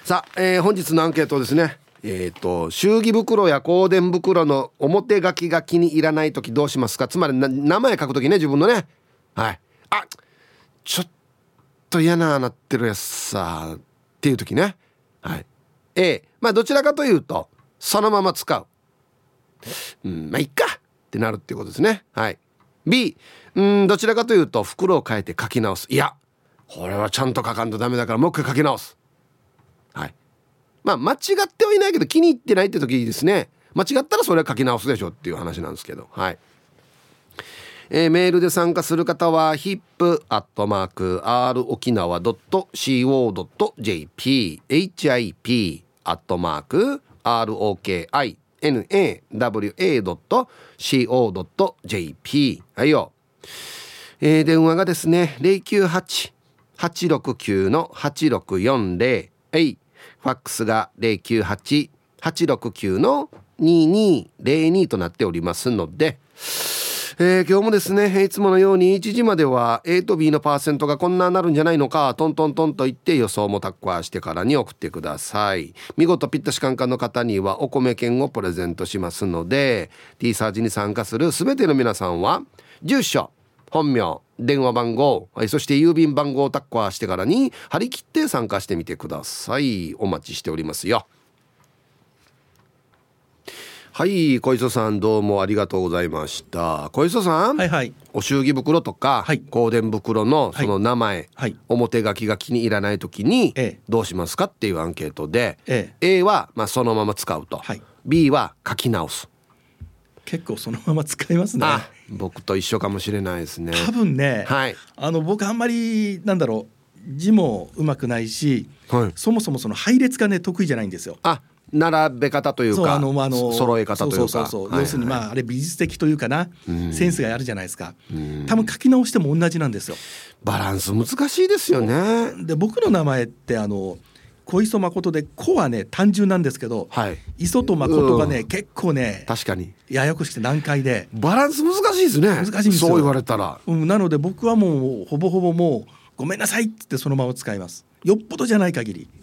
さあ、本日のアンケートですね。祝儀袋や香典袋の表書きが気に入らないときどうしますか。つまり名前書くときね、自分のね。はい。あ、ちょっと嫌なってるやつさっていうときね。はい。まあどちらかというとそのまま使う。まあいっかってなるっていうことですね。はい。B、どちらかというと袋を変えて書き直す。いや、これはちゃんと書かんとダメだからもう一回書き直す。はい。まあ間違ってはいないけど気に入ってないって時いいですね。間違ったらそれは書き直すでしょっていう話なんですけど。はい。メールで参加する方は hip@rokinawa.co.jp hip@rokinawa.co.jp はいよ。電話がですね 098-869-8640 はい。ファックスが 098-869-2202 となっておりますので、今日もですねいつものように1時までは A と B のパーセントがこんななるんじゃないのかトントントンと言って予想もタッカーしてからに送ってください。見事ピッタシカンカンの方にはお米券をプレゼントしますので T サージに参加するすべての皆さんは住所、本名、電話番号、そして郵便番号をタッカーしてからに張り切って参加してみてください。お待ちしておりますよ。はい、小磯さんどうもありがとうございました。小磯さん、 はいはい、 お祝儀袋とか、 はい、 香典袋のその名前、 はい、 表書きが気に入らないときにどうしますかっていうアンケートで、A はまあそのまま使うと、はい、B は書き直す。 結構そのまま使いますね。 僕と一緒かもしれないですね。 多分ね、 はい、 僕あんまりなんだろう字もうまくないし、 はい、 そもそもその配列がね得意じゃないんですよ。 並べ方というか揃え方というか、 要するにまああれ美術的というかな、センスがあるじゃないですか。多分書き直しても同じなんですよ。 バランス難しいですよね。 で僕の名前って小磯誠で子はね単純なんですけど、はい、磯と誠がね、結構ね確かにややこしくて難解でバランス難しいですね。 難しいんですよ。 そう言われたら、 なので僕はもうほぼほぼもうごめんなさいってそのまま使います。よっぽどじゃない限り。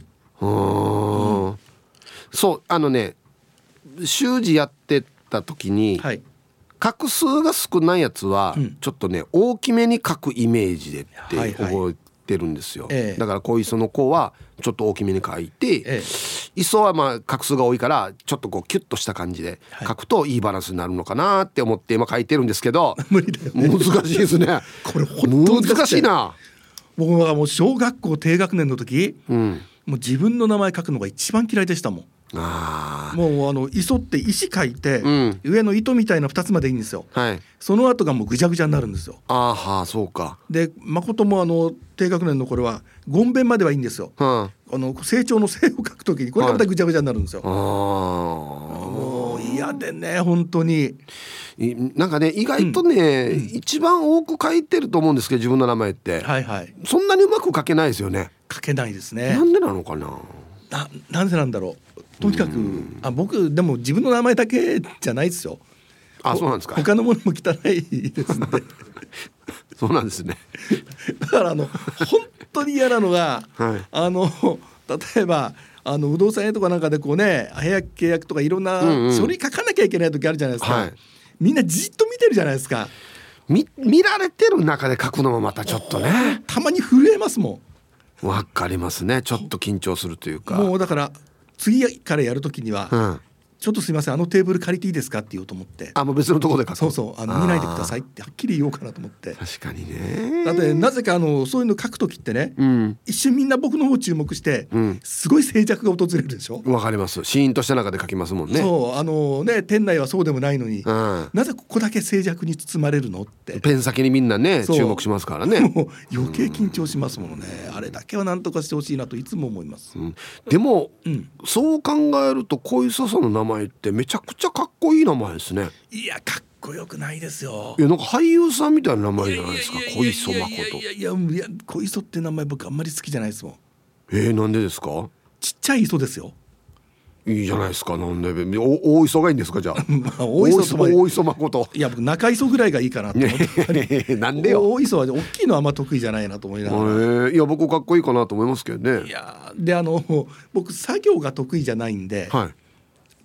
そう習字やってた時に、はい、画数が少ないやつは、ちょっとね大きめに書くイメージでって覚えてるんですよ。だから小磯の子はちょっと大きめに書いて、磯はまあ画数が多いからちょっとこうキュッとした感じで書くといいバランスになるのかなって思って今書いてるんですけど無理だよね。 難しいですね。 これ本当難しいな。 僕はもう小学校低学年の時、もう自分の名前書くのが一番嫌いでしたもん。もう磯って石書いて、上の糸みたいな2つまでいいんですよ。はい、その後がもうぐちゃぐちゃになるんですよ。 そうか。 で誠も低学年の頃はごんべんまではいいんですよ。成長の成を書くときにこれがまたぐちゃぐちゃになるんですよ。もう嫌でね本当に。 なんかね意外とね、一番多く書いてると思うんですけど自分の名前って、そんなにうまく書けないですよね。 書けないですね。 なんでなのかな。 なんでなんだろう。とにかく僕でも自分の名前だけじゃないですよ。 そうなんですか。 他のものも汚いですね。 そうなんですね。 だから本当に嫌なのが、例えば不動産屋とかなんかでこうね契約とかいろんな書類書かなきゃいけない時あるじゃないですか。みんなじっと見てるじゃないですか。 見られてる中で書くのもまたちょっとねたまに震えますもん。わかりますね。ちょっと緊張するというか。 もうだから次からやるときには、ちょっとすいませんテーブル借りていいですかって言おうと思って、 もう別のところで書く。 そう見ないでくださいってはっきり言おうかなと思って。 確かにね。 だってなぜかそういうの書くときってね、一瞬みんな僕の方注目して、すごい静寂が訪れるでしょ。 わかります。シーンとした中で書きますもんね。 店内はそうでもないのに、なぜここだけ静寂に包まれるのって。 ペン先にみんなね注目しますからね。 もう余計緊張しますものね。あれだけは何とかしてほしいなといつも思います。 でも、そう考えると小磯さんの名前ってめちゃくちゃかっこいい名前ですね。 いやかっこよくないですよ。 なんか俳優さんみたいな名前じゃないですか。小磯誠。 いや小磯って名前僕あんまり好きじゃないですもん。 なんでですか。 ちっちゃい磯ですよ。 いいじゃないですか。なんで大磯がいいんですかじゃあ。 まあ大磯誠。 いや僕中磯ぐらいがいいかなと思ってなんでよ。 大磯は大きいのはあんま得意じゃないなと思いながら、 いや僕かっこいいかなと思いますけどね。 いやで僕作業が得意じゃないんで、 はい、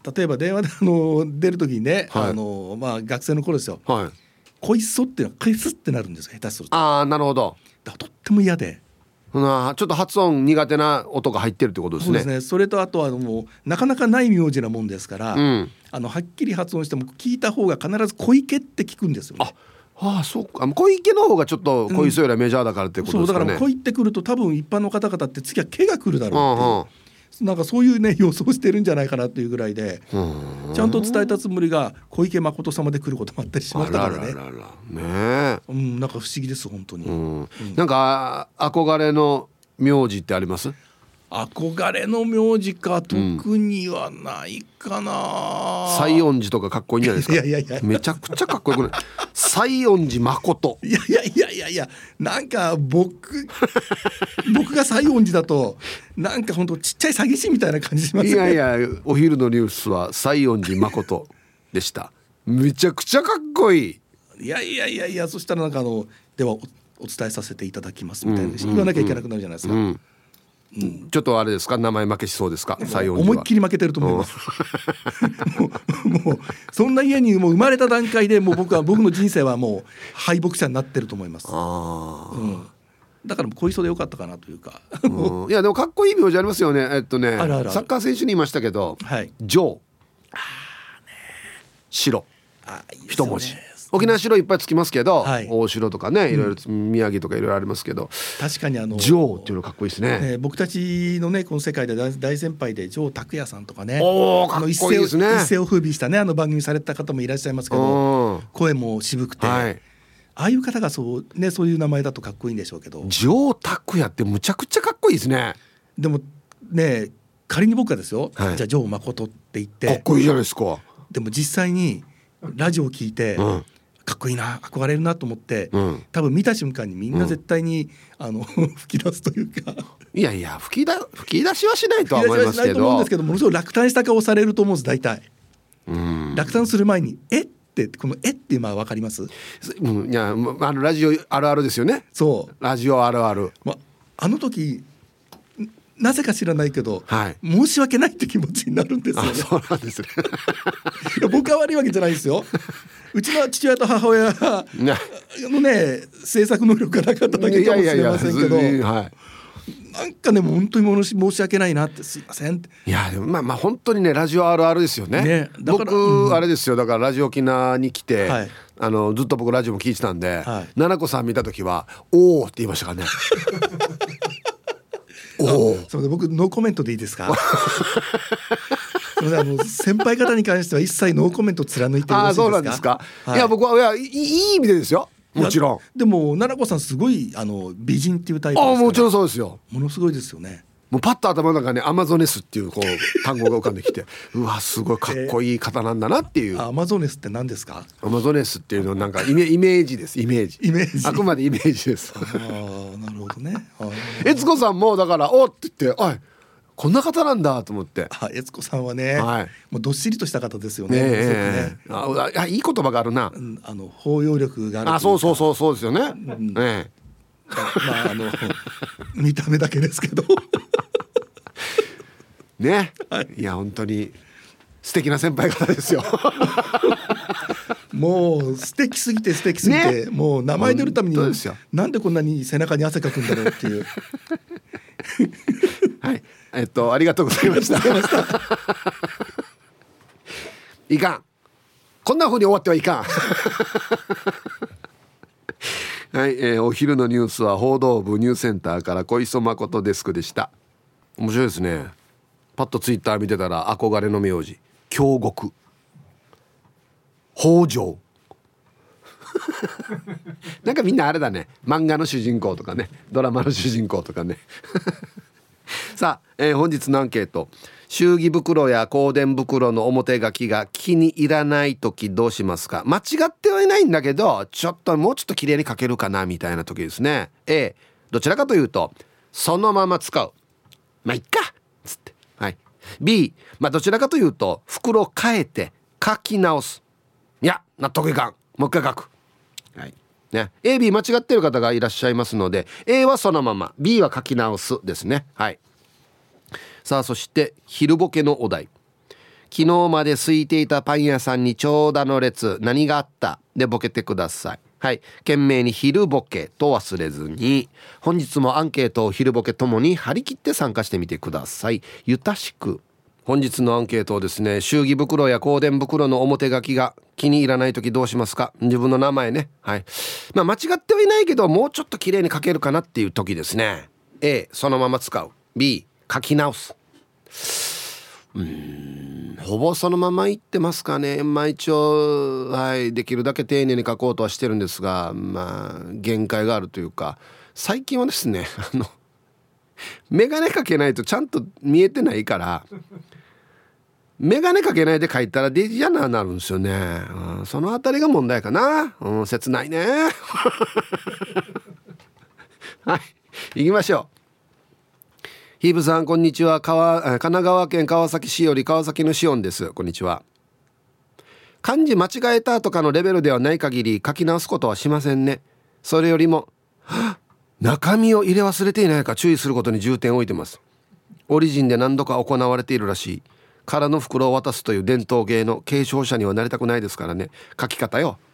例えば電話で出る時にね、 はい、 まあ、学生の頃ですよ、 はい、 こいっそっていうのはクイスってなるんですよ、下手すると。 ああなるほど。 だからとっても嫌で、 ちょっと発音苦手な音が入ってるってことですね。 そうですね。それとあとはもうなかなかない名字なもんですから、 うん、 はっきり発音しても聞いた方が必ず小池って聞くんですよね。 そうか。小池の方がちょっと小磯よりはメジャーだからってことですかね。 そうだから小池くると多分一般の方々って次は毛が来るだろうっていう、なんかそういうね予想してるんじゃないかなというぐらいで、ちゃんと伝えたつもりが小池誠様で来ることもあったりしましたからね。 ねえ、 なんか不思議です本当に。 なんか憧れの名字ってあります？ 憧れの名字か、特にはないかな。 西園寺とかかっこいいんじゃないですか。 いやめちゃくちゃかっこよくない？西園寺誠。 いやなんか僕が西園寺だとなんか本当ちっちゃい詐欺師みたいな感じしますね。 いやお昼のニュースは西園寺誠でした。めちゃくちゃかっこいい。 いやそしたらなんかではお伝えさせていただきますみたいな、言わなきゃいけなくなるじゃないですか。 ちょっとあれですか、名前負けしそうですか？西園寺は思いっきり負けてると思います。もうそんな家にもう生まれた段階でもう僕の人生はもう敗北者になってると思います。だから小磯でよかったかなというか。 いやでもかっこいい名字ありますよね。 あるサッカー選手にいましたけど、 はい、 ジョー、白、一文字。沖縄白いっぱいつきますけど、はい、大城とかね、いろいろ宮城とかいろいろありますけど、 確かにジョーっていうのかっこいいですね。 僕たちのねこの世界で大先輩でジョー拓也さんとかね、 かっこいいですね。 一世を風靡したね番組された方もいらっしゃいますけど、声も渋くて、はい、ああいう方がそういう名前だとかっこいいんでしょうけど、 ジョー拓也ってむちゃくちゃかっこいいですね。 でもね仮に僕がですよ、 はい、 じゃあジョー誠って言ってかっこいいじゃないですか。 でも実際にラジオを聞いて、かっこいいな憧れるなと思って、多分見た瞬間にみんな絶対に、吹き出すというかいや吹き出しはしないとは思いますけど、 ものすごい落胆した顔されると思うんです大体。落胆する前にってこのって今分かります？ いやラジオあるあるですよね。そうラジオあるある、 あの時なぜか知らないけど、 はい、 申し訳ないって気持ちになるんですよね。 そうなんですね。 僕が悪いわけじゃないですよ。うちの父親と母親のね制作能力がなかっただけかもしれませんけど、なんかねもう本当に申し訳ないなって、すいませんって。 いやでも本当にねラジオあるあるですよね。だから僕、あれですよ、だからラジオ沖縄に来て、はい、ずっと僕ラジオも聞いてたんで、はい、七子さん見た時はおーって言いましたからね。 それで僕ノーコメントでいいですか？先輩方に関しては一切ノーコメント貫いてよろしいですか？ そうなんですか。はい、いや僕はいい意味でですよ。もちろん。 でも奈々子さんすごい美人っていうタイプですから。 もちろんそうですよ。 ものすごいですよね。 もうパッと頭の中にアマゾネスっていう単語が浮かんできてうわすごいかっこいい方なんだなっていう。 アマゾネスって何ですか？ アマゾネスっていうのなんかイメージです。イメージあくまでイメージです。 なるほどね。 悦子さんもだからおって言ってこんな方なんだと思って。 悦子さんはね、もうどっしりとした方ですよね。 いい言葉があるな。 包容力がある。 そうですよね。 見た目だけですけどね、いや本当に素敵な先輩方ですよ。 もう素敵すぎて、ね、もう名前出るためになんでこんなに背中に汗かくんだろうっていう。 はい、ありがとうございました。いかん、こんな風に終わってはいかん。はい、お昼のニュースは報道部ニュースセンターから小磯誠デスクでした。面白いですね。パッとツイッター見てたら憧れの名字京極、北条。なんかみんなあれだね、漫画の主人公とかね、ドラマの主人公とかね。さあ、本日のアンケート、祝儀袋や香典袋の表書きが気に入らない時どうしますか？間違ってはいないんだけどもうちょっと綺麗に書けるかなみたいな時ですね。どちらかというとそのまま使う、まあいっかつって、はい、 B、どちらかというと袋を変えて書き直す。いや納得いかん、もう一回書く、はいね、AB 間違ってる方がいらっしゃいますので A はそのまま B は書き直すですね。はい。さあそして昼ボケのお題。昨日まで空いていたパン屋さんに長蛇の列、何があったでボケてください。はい、懸命に昼ボケと忘れずに、本日もアンケートを昼ボケともに張り切って参加してみてください。ゆたしく。本日のアンケートをですね、祝儀袋や香典袋の表書きが気に入らないときどうしますか。自分の名前ね。はい。間違ってはいないけどもうちょっと綺麗に書けるかなっていう時ですね。A そのまま使う。 B 書き直す。ほぼそのまま言ってますかね。一応、はい、できるだけ丁寧に書こうとはしてるんですが、限界があるというか、最近はですねメガネかけないとちゃんと見えてないからメガネかけないで書いたらデジャナになるんですよね、そのあたりが問題かな、切ないねはい行きましょう。ヒーブさんこんにちは。神奈川県川崎市より川崎のシオンです。こんにちは。漢字間違えたとかのレベルではない限り書き直すことはしませんね。それよりも中身を入れ忘れていないか注意することに重点を置いてます。オリジンで何度か行われているらしい空の袋を渡すという伝統芸の継承者にはなりたくないですからね。書き方よ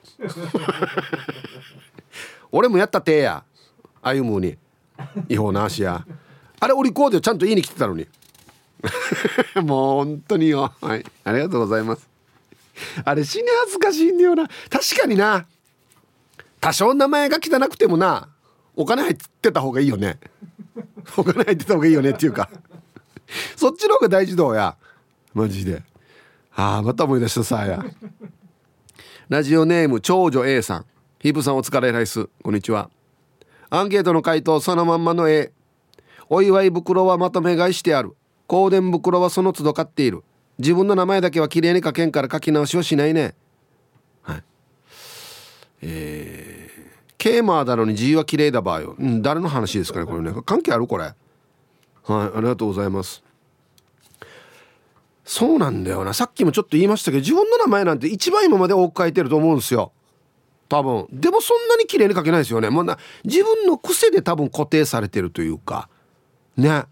俺もやったってや歩むに違法な足やあれお利口でちゃんと言いに来てたのにもう本当によ。はい、ありがとうございます。あれ死に恥ずかしいんだよな。確かにな、多少名前が汚くてもなお金入ってた方がいいよねお金入ってた方がいいよねっていうかそっちの方が大事だよやマジで。また思い出したさや。ラジオネーム長女 A さん。ヒープさんお疲れライス、こんにちは。アンケートの回答そのまんまの A。 お祝い袋はまとめ買いしてある。香典袋はその都度買っている。自分の名前だけは綺麗に書けんから書き直しはしないね。はい。ケーマーだのに字は綺麗だ場合よ、誰の話ですかねこれね。関係あるこれ。はい、ありがとうございます。そうなんだよな。さっきもちょっと言いましたけど自分の名前なんて一番今まで多く書いてると思うんですよ多分。でもそんなに綺麗に書けないですよね。自分の癖で多分固定されてるというかね。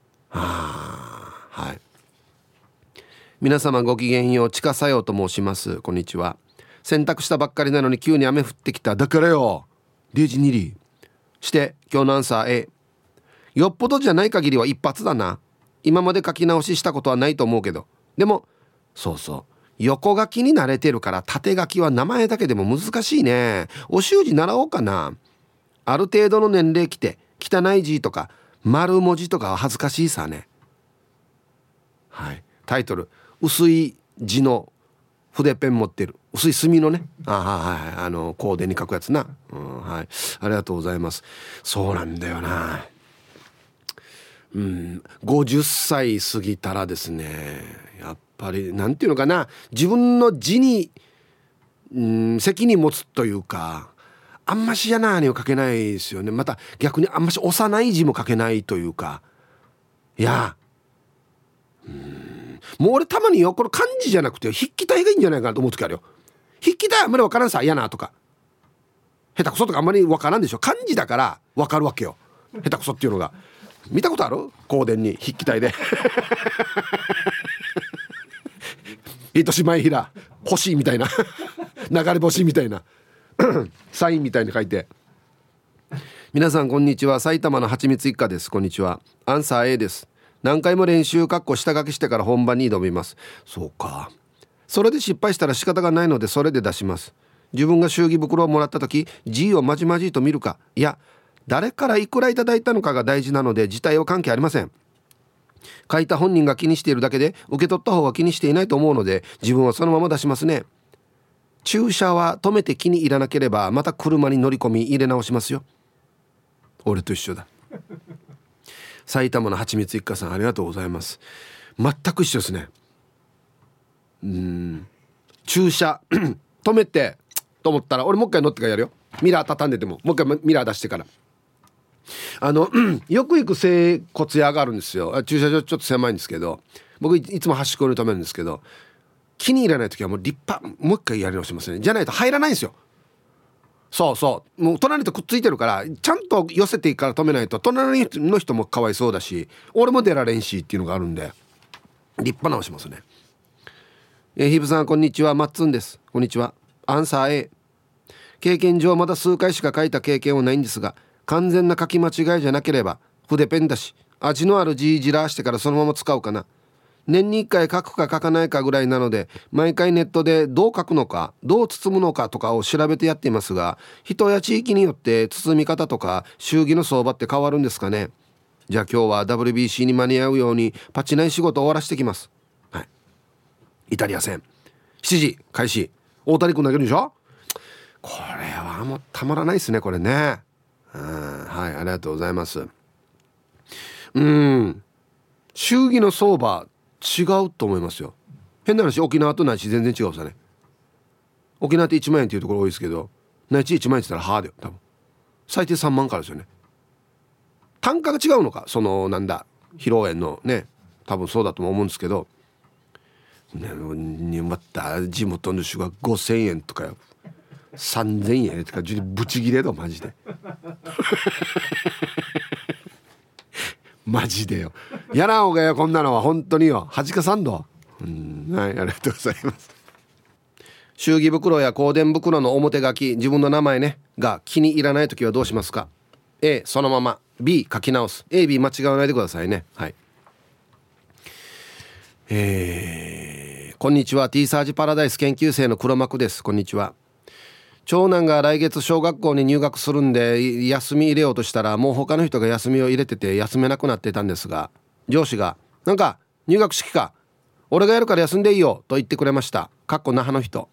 はい。皆様ごきげんよう、ちかさようと申します。こんにちは。洗濯したばっかりなのに急に雨降ってきた。だからよデジニリして今日のアンサー A。 よっぽどじゃない限りは一発だな。今まで書き直ししたことはないと思うけど、でもそう横書きに慣れてるから縦書きは名前だけでも難しいね。お習字習おうかな。ある程度の年齢来て汚い字とか丸文字とかは恥ずかしいさね。はい。タイトル薄い字の筆ペン持ってる薄い墨のね、はい、香典に書くやつな、はい、ありがとうございます。そうなんだよな。50歳過ぎたらですね、やっぱりなんていうのかな、自分の字に責任持つというか、あんましやなには書けないですよね。また逆にあんまし幼い字も書けないというか、いやもう俺たまによ、これ漢字じゃなくて筆記体がいいんじゃないかなと思う時あるよ。筆記体あんまり分からんさ、嫌なとか下手くそとかあんまり分からんでしょ。漢字だから分かるわけよ、下手くそっていうのが。見たことある？香典に筆記体で糸島ひら星みたいな流れ星みたいなサインみたいに書いて。皆さんこんにちは。埼玉のはちみつ一家です。こんにちは。アンサー A です。何回も練習下書きしてから本番に挑みます。そうか。それで失敗したら仕方がないのでそれで出します。自分が祝儀袋をもらった時、字をまじまじと見るか、いや誰からいくらいただいたのかが大事なので字体は関係ありません。書いた本人が気にしているだけで受け取った方は気にしていないと思うので自分はそのまま出しますね。駐車は止めて気に入らなければまた車に乗り込み入れ直しますよ。俺と一緒だ。埼玉のはちみつ一家さん、ありがとうございます。全く一緒ですね。駐車止めてと思ったら俺もう一回乗ってからやるよ。ミラー畳んでてももう一回ミラー出してから。よく行く整骨屋があるんですよ。駐車場ちょっと狭いんですけど、 僕いつも端っこに止めるんですけど、気に入らない時はもう立派もう一回やり直しますね。じゃないと入らないんですよ。そうそう、もう隣とくっついてるからちゃんと寄せていいから止めないと隣の人もかわいそうだし俺も出られんしっていうのがあるんで立派直しますね。ヒブさんこんにちは、マッツンです。こんにちは。アンサー A。 経験上まだ数回しか書いた経験はないんですが、完全な書き間違いじゃなければ筆ペンだし味のある字じらしてからそのまま使うかな。年に1回書くか書かないかぐらいなので毎回ネットでどう書くのかどう包むのかとかを調べてやっていますが、人や地域によって包み方とか祝儀の相場って変わるんですかね。じゃあ今日は WBC に間に合うようにパチない仕事を終わらしてきます。はい、イタリア戦7時開始、大谷君投げるでしょ。これはもうたまらないですねこれね。はい、ありがとうございます。祝儀の相場違うと思いますよ。変な話、沖縄と内地全然違うさね。沖縄って1万円っていうところ多いですけど、内地1万円って言ったらはーだよ多分。最低3万からですよね。単価が違うのか、そのなんだ披露宴のね、多分そうだと思うんですけど、また地元の人が5000円とかよ3000円とかブチギレだマジでマジでよ、やらんほうがよこんなのは本当によ、恥かさんど。はい、ありがとうございます。祝儀袋や香典袋の表書き、自分の名前ねが気に入らないときはどうしますか。 A そのまま、 B 書き直す。 AB 間違わないでくださいね。はい。こんにちは、 T サージパラダイス研究生の黒幕です。こんにちは。長男が来月小学校に入学するんで休み入れようとしたらもう他の人が休みを入れてて休めなくなってたんですが、上司がなんか入学式か俺がやるから休んでいいよと言ってくれました。かっこ那覇の人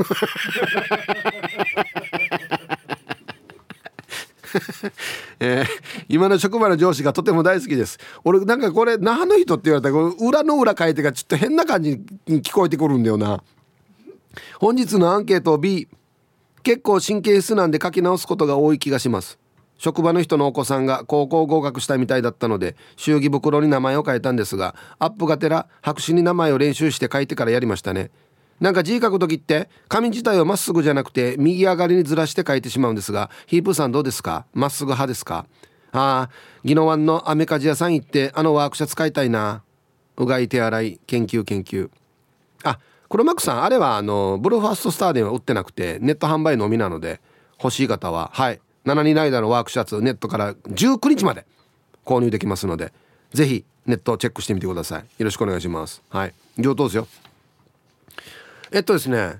今の職場の上司がとても大好きです。俺なんかこれ那覇の人って言われたらこれ裏の裏書いてからちょっと変な感じに聞こえてくるんだよな。本日のアンケート B。 結構神経質なんで書き直すことが多い気がします。職場の人のお子さんが高校合格したみたいだったので祝儀袋に名前を書いたんですが、アップがてら白紙に名前を練習して書いてからやりましたね。なんか字書くときって紙自体をまっすぐじゃなくて右上がりにずらして書いてしまうんですが、ヒープさんどうですか。まっすぐ派ですか。宜野湾のアメカジ屋さん行ってワークシャツ買いたいな。うがい手洗い研究。黒幕さん、あれはブルーファーストスターでは売ってなくてネット販売のみなので、欲しい方ははい7人ライダーのワークシャツネットから19日まで購入できますので、ぜひネットをチェックしてみてください。よろしくお願いします。はい、上等ですよ。ですね、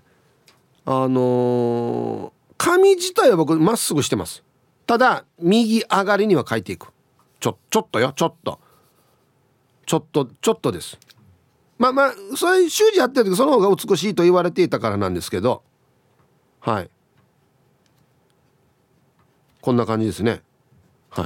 紙自体は僕まっすぐしてます。ただ右上がりには書いていく。ちょっとです。そういう習字やってる時その方が美しいと言われていたからなんですけど、はい、こんな感じですね。はい、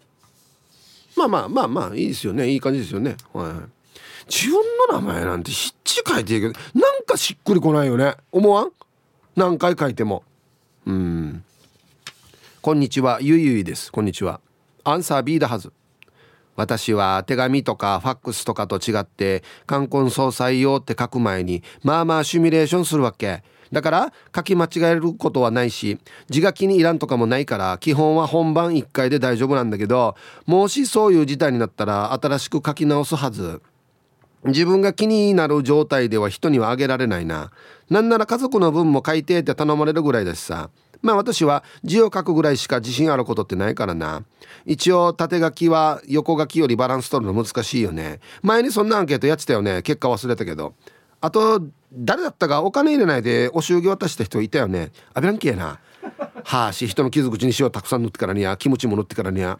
まあいいですよね。いい感じですよね。はい、自分の名前なんてひっちり書いてるけどなんかしっくりこないよね。思わん？何回書いても。こんにちは、ゆいです。こんにちは。アンサー B だはず。私は手紙とかファックスとかと違って冠婚葬祭用って書く前にまあまあシミュレーションするわけだから、書き間違えることはないし字が気に入らんとかもないから基本は本番1回で大丈夫なんだけど、もしそういう事態になったら新しく書き直すはず。自分が気になる状態では人にはあげられないな。なんなら家族の分も書いてって頼まれるぐらいだしさ。私は字を書くぐらいしか自信あることってないからな。一応縦書きは横書きよりバランス取るの難しいよね。前にそんなアンケートやってたよね。結果忘れたけど。あと誰だったかお金入れないでお祝儀渡した人いたよね。あべらんけえな。人の傷口に塩たくさん塗ってからにゃ、キムチも塗ってからにゃ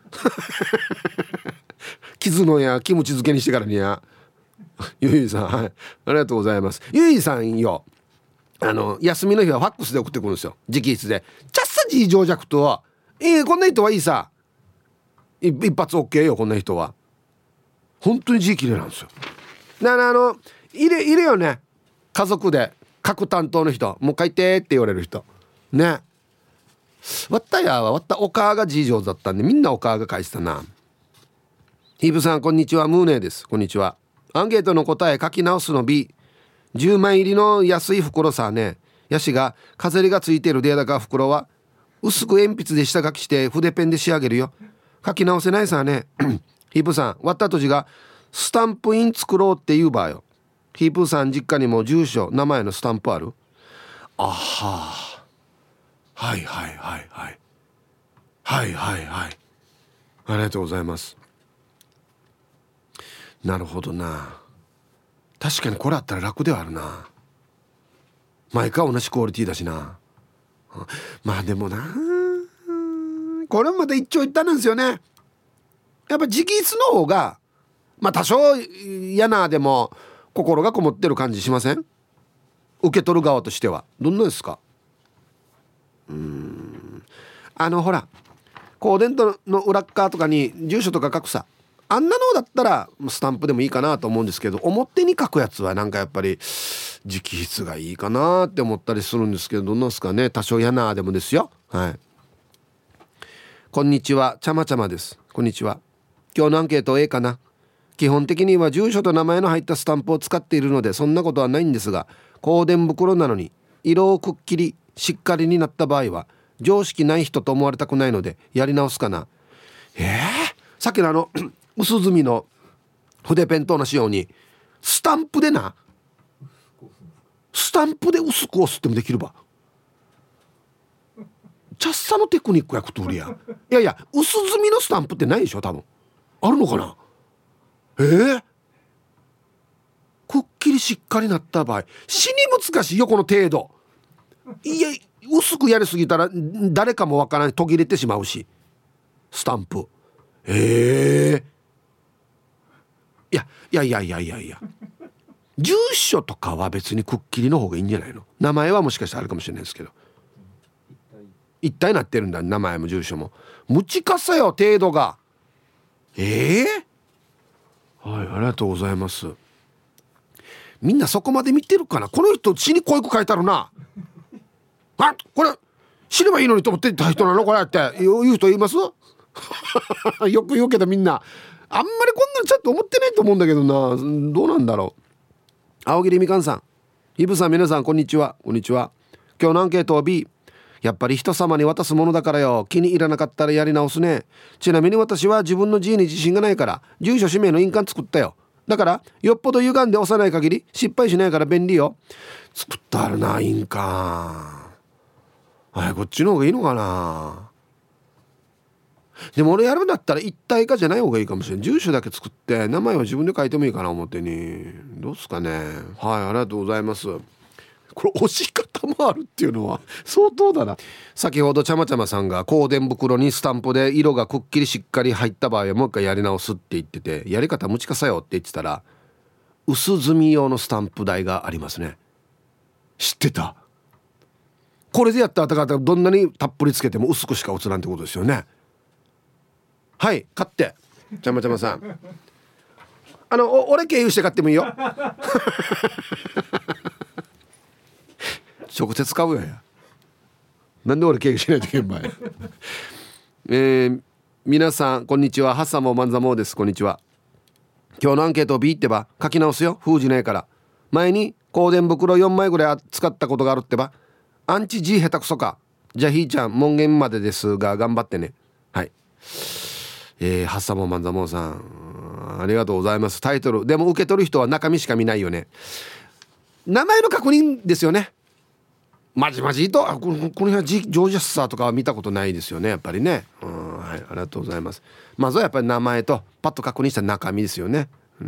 傷のやキムチ漬けにしてからにゃゆいさん、はい、ありがとうございます。ゆいさんよ、休みの日はファックスで送ってくるんですよ。直筆でチャッサジー情弱とこんな人はいいさ、一発 OK よ。こんな人は本当に字綺麗なんですよ。だからいるよね、家族で書く担当の人、もう書いてって言われる人ね。わったお母が字上手だったんでみんなお母が書いてたな。ヒープさんこんにちは、ムーネーです。こんにちは。 アンケートの答え書き直すの B。 10枚入りの安い袋さね。ヤシが飾りがついてるデータか袋は薄く鉛筆で下書きして筆ペンで仕上げるよ。書き直せないさね。ヒープさん割ったとじがスタンプイン作ろうって言うばよ。ヒープさん実家にも住所名前のスタンプある？あははいはいはいはいはいはいはい、ありがとうございます。なるほどな。確かにこれあったら楽ではあるな。毎回同じクオリティだしな。まあでもな、これもまた一長一短なんですよね。やっぱ直筆の方がまあ多少嫌なでも心がこもってる感じしません？受け取る側としてはどんなですか？ほら香典の裏っ側とかに住所とか書くさ、あんなのだったらスタンプでもいいかなと思うんですけど、表に書くやつはなんかやっぱり直筆がいいかなって思ったりするんですけど、どんなんですかね。多少嫌なでもですよ。はい。こんにちは、ちゃまちゃまです。こんにちは。今日のアンケート A かな。基本的には住所と名前の入ったスタンプを使っているのでそんなことはないんですが、香典袋なのに色をくっきりしっかりになった場合は常識ない人と思われたくないのでやり直すかな。さっきの薄墨の筆ペンと同じようにスタンプでな、スタンプで薄く押すってもできるば。チャッサのテクニックやことりや。いやいや薄墨のスタンプってないでしょ多分。あるのかな。くっきりしっかりなった場合死に難しいよこの程度。いや薄くやりすぎたら誰かもわからない、途切れてしまうしスタンプ。いや住所とかは別にくっきりの方がいいんじゃないの。名前はもしかしたらあるかもしれないですけど、一体なってるんだ名前も住所も。むちかさよ程度が。はい、ありがとうございます。みんなそこまで見てるかな。この人死にこういう子書いてあるな。あ、これ死ねばいいのにと思ってた人なのこれって言う人います？よく言うけどみんなあんまりこんなのちゃんと思ってないと思うんだけどな。どうなんだろう。青桐みかんさん、イブさん、皆さんこんにちは。こんにちは。今日のアンケートは B。やっぱり人様に渡すものだからよ。気に入らなかったらやり直すね。ちなみに私は自分の字に自信がないから住所氏名の印鑑作ったよ。だからよっぽど歪んで押さない限り失敗しないから便利よ。作ってあるな印鑑。こっちの方がいいのかな。でも俺やるんだったら一体化じゃない方がいいかもしれん。住所だけ作って名前は自分で書いてもいいかな表に。どうすかね。はい、ありがとうございます。これ押し方もあるっていうのは相当だな。先ほどちゃまちゃまさんが香典袋にスタンプで色がくっきりしっかり入った場合はもう一回やり直すって言ってて、やり方むちかさよって言ってたら薄墨用のスタンプ台がありますね。知ってた？これでやったらどんなにたっぷりつけても薄くしか映らんってことですよね。はい、買ってちゃまちゃまさん俺経由して買ってもいいよ。直接買うや。なんで俺経由しないといけない。皆さんこんにちは。ハッサモマンザモーです。こんにちは。今日のアンケートを B ってば書き直すよ。封じないから。前に香典袋4枚ぐらい使ったことがあるってば。アンチ G 下手くそか。じゃあひーちゃん門限までですが頑張ってね。はい。ハッサモマンザモーさんありがとうございます。タイトルでも受け取る人は中身しか見ないよね。名前の確認ですよね。まじまじとこの辺はジョージャスさーとかは見たことないですよねやっぱりね。はい、ありがとうございます。まずはやっぱり名前とパッと確認した中身ですよね。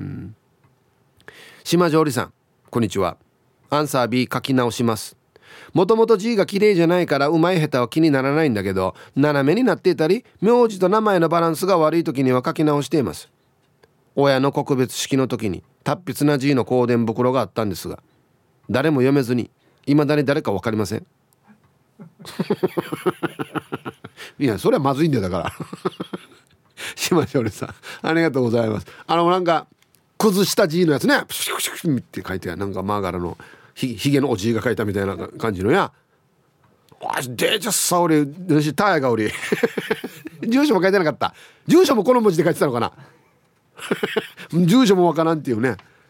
島上里さんこんにちは。アンサー B 書き直します。もともと G が綺麗じゃないからうまい下手は気にならないんだけど斜めになっていたり名字と名前のバランスが悪い時には書き直しています。親の告別式の時に達筆な G の香典袋があったんですが誰も読めずに未だに誰か分かりません。いやそれはまずいんだよだから。島しおりさんありがとうございます。なんか崩した G のやつねプシュプシュプシュって書いてなんかマーガラのひげのおじいが書いたみたいな感じのや。でじゃさ俺タヤが俺住所も書いてなかった。住所もこの文字で書いてたのかな。住所もわからんっていうね。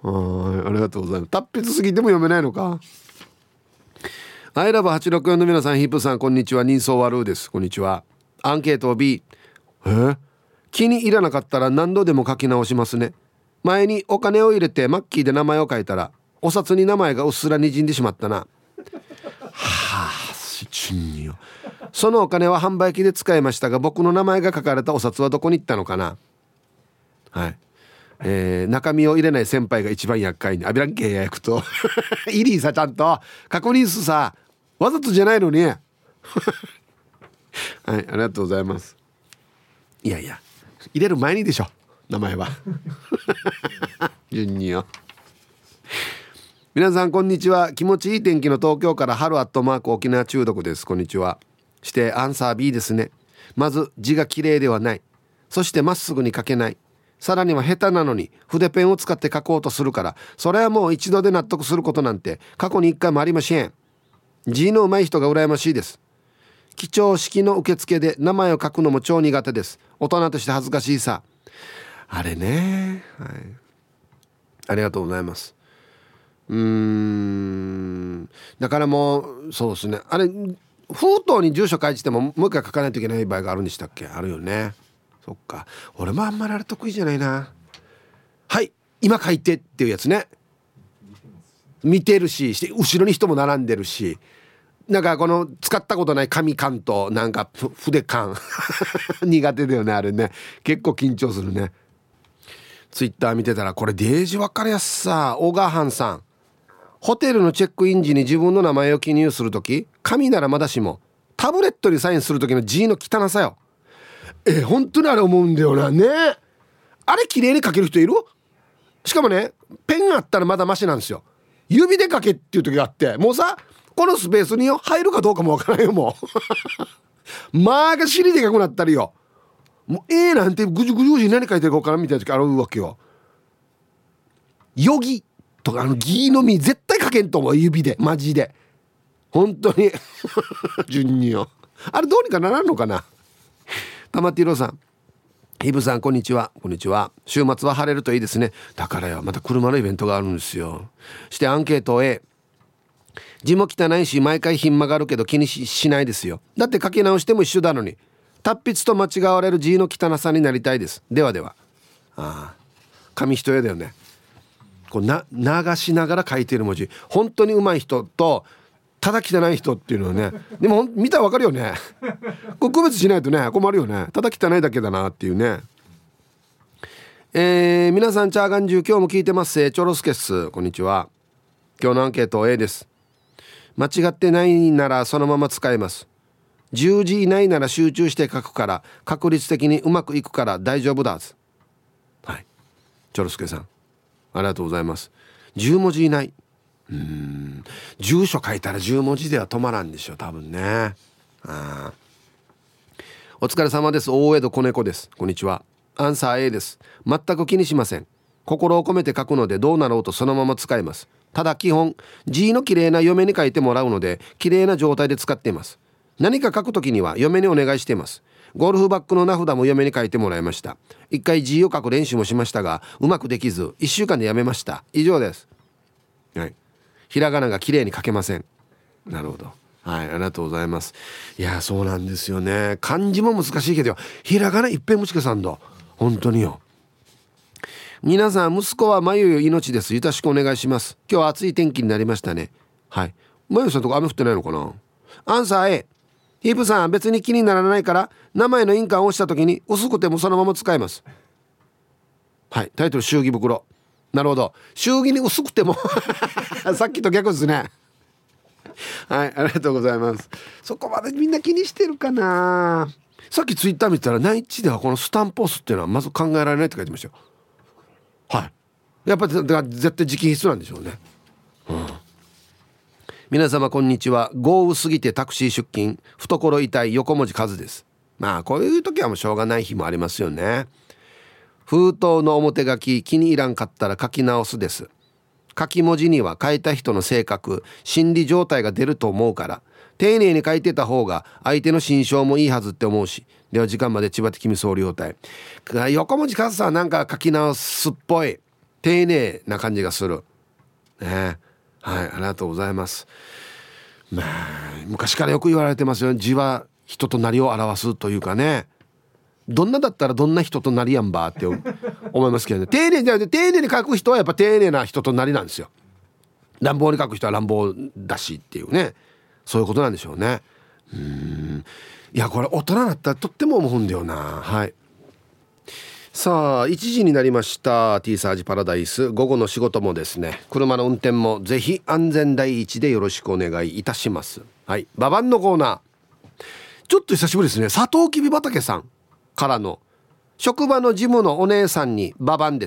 ありがとうございます。達筆すぎても読めないのか。アイラブ864の皆さん、ヒップさんこんにちは。人相悪うです。こんにちは。アンケート B。 気に入らなかったら何度でも書き直しますね。前にお金を入れてマッキーで名前を書いたらお札に名前がうっすらにじんでしまったな。はあ、ちんによ。そのお金は販売機で使いましたが、僕の名前が書かれたお札はどこに行ったのかな。はい、中身を入れない先輩が一番厄介に。アビランケややくとイリーさちゃんと確認すさ、わざとじゃないのにはい、ありがとうございます。いやいや、入れる前にでしょ名前は順によ。皆さんこんにちは。気持ちいい天気の東京から春アットマーク沖縄中毒です。こんにちは。してアンサー B ですね。まず字が綺麗ではない、そしてまっすぐに書けない、さらには下手なのに筆ペンを使って書こうとするから、それはもう一度で納得することなんて過去に一回もありません。字の上手い人が羨ましいです。記帳式の受付で名前を書くのも超苦手です。大人として恥ずかしいさ。あれね、はい、ありがとうございます。だからもうそうですね、あれ封筒に住所書いててももう一回書かないといけない場合があるんでしたっけ。あるよね。そっか、俺もあんまりあれ得意じゃないな。はい今書いてっていうやつね。見てるし、後ろに人も並んでるし、なんかこの使ったことない紙缶となんか筆缶苦手だよねあれね。結構緊張するね。ツイッター見てたらこれデージ分かりやすさ。小川藩さん、ホテルのチェックイン時に自分の名前を記入するとき、紙ならまだしもタブレットにサインするときの字の汚さよ。本当にあれ思うんだよなね。あれ綺麗に書ける人いる？しかもね、ペンがあったらまだマシなんですよ。指で書けっていう時があって、もうさこのスペースによ入るかどうかもわからないよもうまあが尻で書くなったりよ。もうなんてぐじゅぐじゅぐじゅ何書いてるかわからんみたいな時あるわけよ。ヨギとかギの実絶対書けんと思う、指で。マジで本当に順によ。あれどうにかならんのかな。玉ティロさん、イブさんこんにちは。こんにちは。週末は晴れるといいですね。だからよ、また車のイベントがあるんですよ。してアンケート A。 字も汚いし毎回ひん曲がるけど気に しないですよ。だって書き直しても一緒なのに。達筆と間違われる字の汚さになりたいです。ではでは。ああ、紙一重だよね。こう流しながら書いてる文字、本当に上手い人とただ汚い人っていうのはね、でも見たら分かるよねこう区別しないとね困るよね。ただ汚いだけだなっていうね。皆さんチャーガンジュ今日も聞いてます。チョロスケッス、こんにちは。今日のアンケート A です。間違ってないならそのまま使います。10時以内なら集中して書くから確率的にうまくいくから大丈夫だ。はい、チョロスケさんありがとうございます。10文字以内、住所書いたら10文字では止まらんでしょ多分ね。お疲れ様です。大江戸子猫です。こんにちは。アンサー A です。全く気にしません。心を込めて書くのでどうなろうとそのまま使います。ただ基本字の綺麗な嫁に書いてもらうので綺麗な状態で使っています。何か書くときには嫁にお願いしています。ゴルフバッグの名札も嫁に書いてもらいました。一回字を書く練習もしましたがうまくできず1週間でやめました。以上です。はい、ひらがなが綺麗に書けません。なるほど、はい、ありがとうございます。いやそうなんですよね。漢字も難しいけどひらがな一遍もちかさんだ本当によ。皆さん息子はまゆゆ命です。よろしくお願いします。今日は暑い天気になりましたね。はい、まゆさんとこ雨降ってないのかな。アンサー A。 ヒープさん別に気にならないから名前の印鑑を押した時に薄くてもそのまま使います。はい、タイトル祝儀袋。なるほど、祝儀に薄くてもさっきと逆ですね。はい、ありがとうございます。そこまでみんな気にしてるかな。さっきツイッター見てたら内地ではこのスタンプ押すっていうのはまず考えられないって書いてましたよ。はい、やっぱり絶対直筆なんでしょうね。皆様こんにちは。豪雨すぎてタクシー出勤、懐痛い横文字数です。まあこういう時はもうしょうがない日もありますよね。封筒の表書き気に入らんかったら書き直すです。書き文字には書いた人の性格、心理状態が出ると思うから丁寧に書いてた方が相手の心象もいいはずって思うし。では時間まで千葉的み総領隊。横文字数はなんか書き直すっぽい。 丁寧な感じがするね。はい、ありがとうございます。まあ昔からよく言われてますよ。字は人となりを表すというかね。どんなだったらどんな人となりやんばって思いますけどね。丁寧に書く人はやっぱ丁寧な人となりなんですよ。乱暴に書く人は乱暴だしっていうね、そういうことなんでしょうね。いやこれ大人になったらとっても思うんだよな。はい、さあ1時になりました。 T サージパラダイス、午後の仕事もですね、車の運転もぜひ安全第一でよろしくお願いいたします。はい、ババンのコーナー、ちょっと久しぶりですね。サトウキビ畑さんからの、職場のジムのお姉さんにババンです。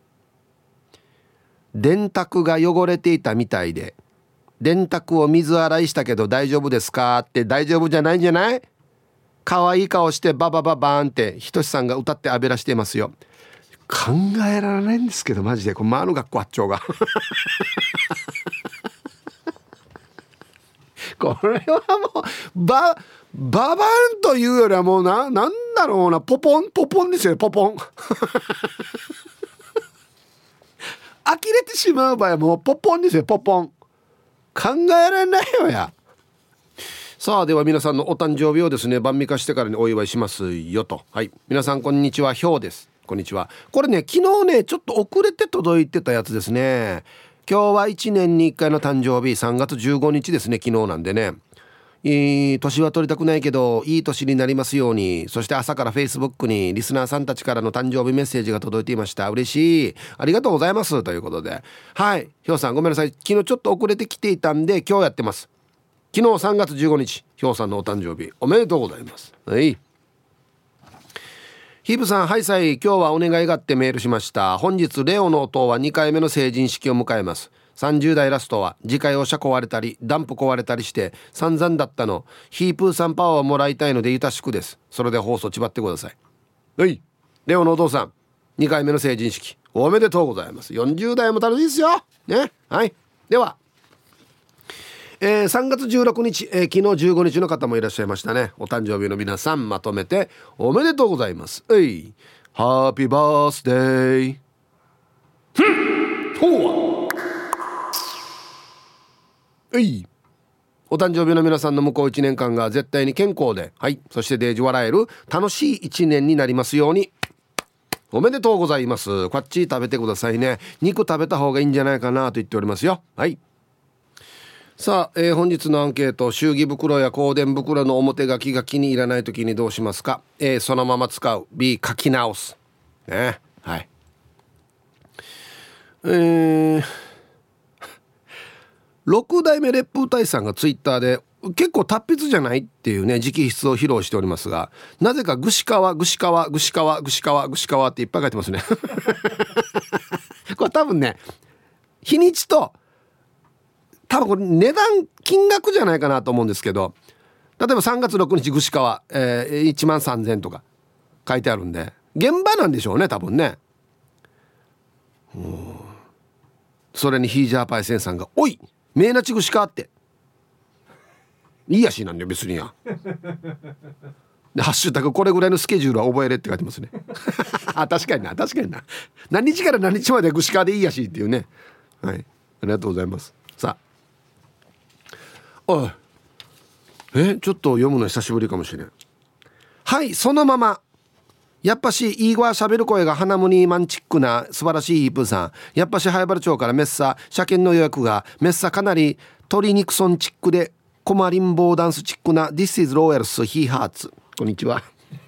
電卓が汚れていたみたいで、電卓を水洗いしたけど大丈夫ですかって。大丈夫じゃないんじゃない？可愛い顔してババババーンってひとしさんが歌ってあべらしていますよ。考えられないんですけどマジでこれ前の学校あっちょうがこれはもうババンというよりはもうなんだろうな、ポポンですよね。ポポン呆れてしまう場合はもうポポンですよ。ポポン考えられないよや。さあでは皆さんのお誕生日をですね晩御飯してからにお祝いしますよと。はい、皆さんこんにちは、ひょうです。こんにちは。これね昨日ねちょっと遅れて届いてたやつですね。今日は1年に1回の誕生日3月15日ですね。昨日なんでね、いい年は取りたくないけどいい年になりますように。そして朝から Facebook にリスナーさんたちからの誕生日メッセージが届いていました。嬉しい、ありがとうございますということで、はい、ひょうさんごめんなさい、昨日ちょっと遅れてきていたんで今日やってます。昨日3月15日、ひょうさんのお誕生日おめでとうございます。はい、ヒープさん、はいさい、今日はお願いがあってメールしました。本日レオの弟は2回目の成人式を迎えます。30代ラストは自家用車壊れたりダンプ壊れたりして散々だったの。ヒープーさんパワーをもらいたいのでゆたしくです。それで放送ちばってください。はい、レオのお父さん2回目の成人式おめでとうございます。40代も楽しいですよね。はい、では3月16日、昨日15日の方もいらっしゃいましたね。お誕生日の皆さんまとめておめでとうございます。ハッピーバースデーほうお誕生日の皆さんの向こう1年間が絶対に健康で、はい、そしてデージ笑える楽しい1年になりますように。おめでとうございます。こっち食べてくださいね。肉食べた方がいいんじゃないかなと言っておりますよ。はい、さあ、本日のアンケート、祝儀袋や香典袋の表書きが気に入らないときにどうしますか？ A そのまま使う、 B 書き直すね。はい、6代目烈風隊さんがツイッターで結構達筆じゃないっていうね直筆を披露しておりますが、なぜかぐしかわっていっぱい書いてますねこれ多分ね日にちと多分これ値段金額じゃないかなと思うんですけど、例えば3月6日ぐしかわ、1万3000とか書いてあるんで現場なんでしょうね多分ね。それにヒージャーパイセンさんがおい名なちぐしかっていいやしなんだよ別にやでハッシュタグこれぐらいのスケジュールは覚えれって書いてますね確かにな何日から何日までぐしかでいいやしっていうね。はい、ありがとうございます。さあおいちょっと読むの久しぶりかもしれん。はい、そのままやっぱしいい声喋る声が花ムニーマンチックな素晴らしいヒープーさん。やっぱし早原町からメッサ車検の予約がメッサかなりトリニクソンチックでコマリンボーダンスチックな This is Royals He Hearts。 こんにちは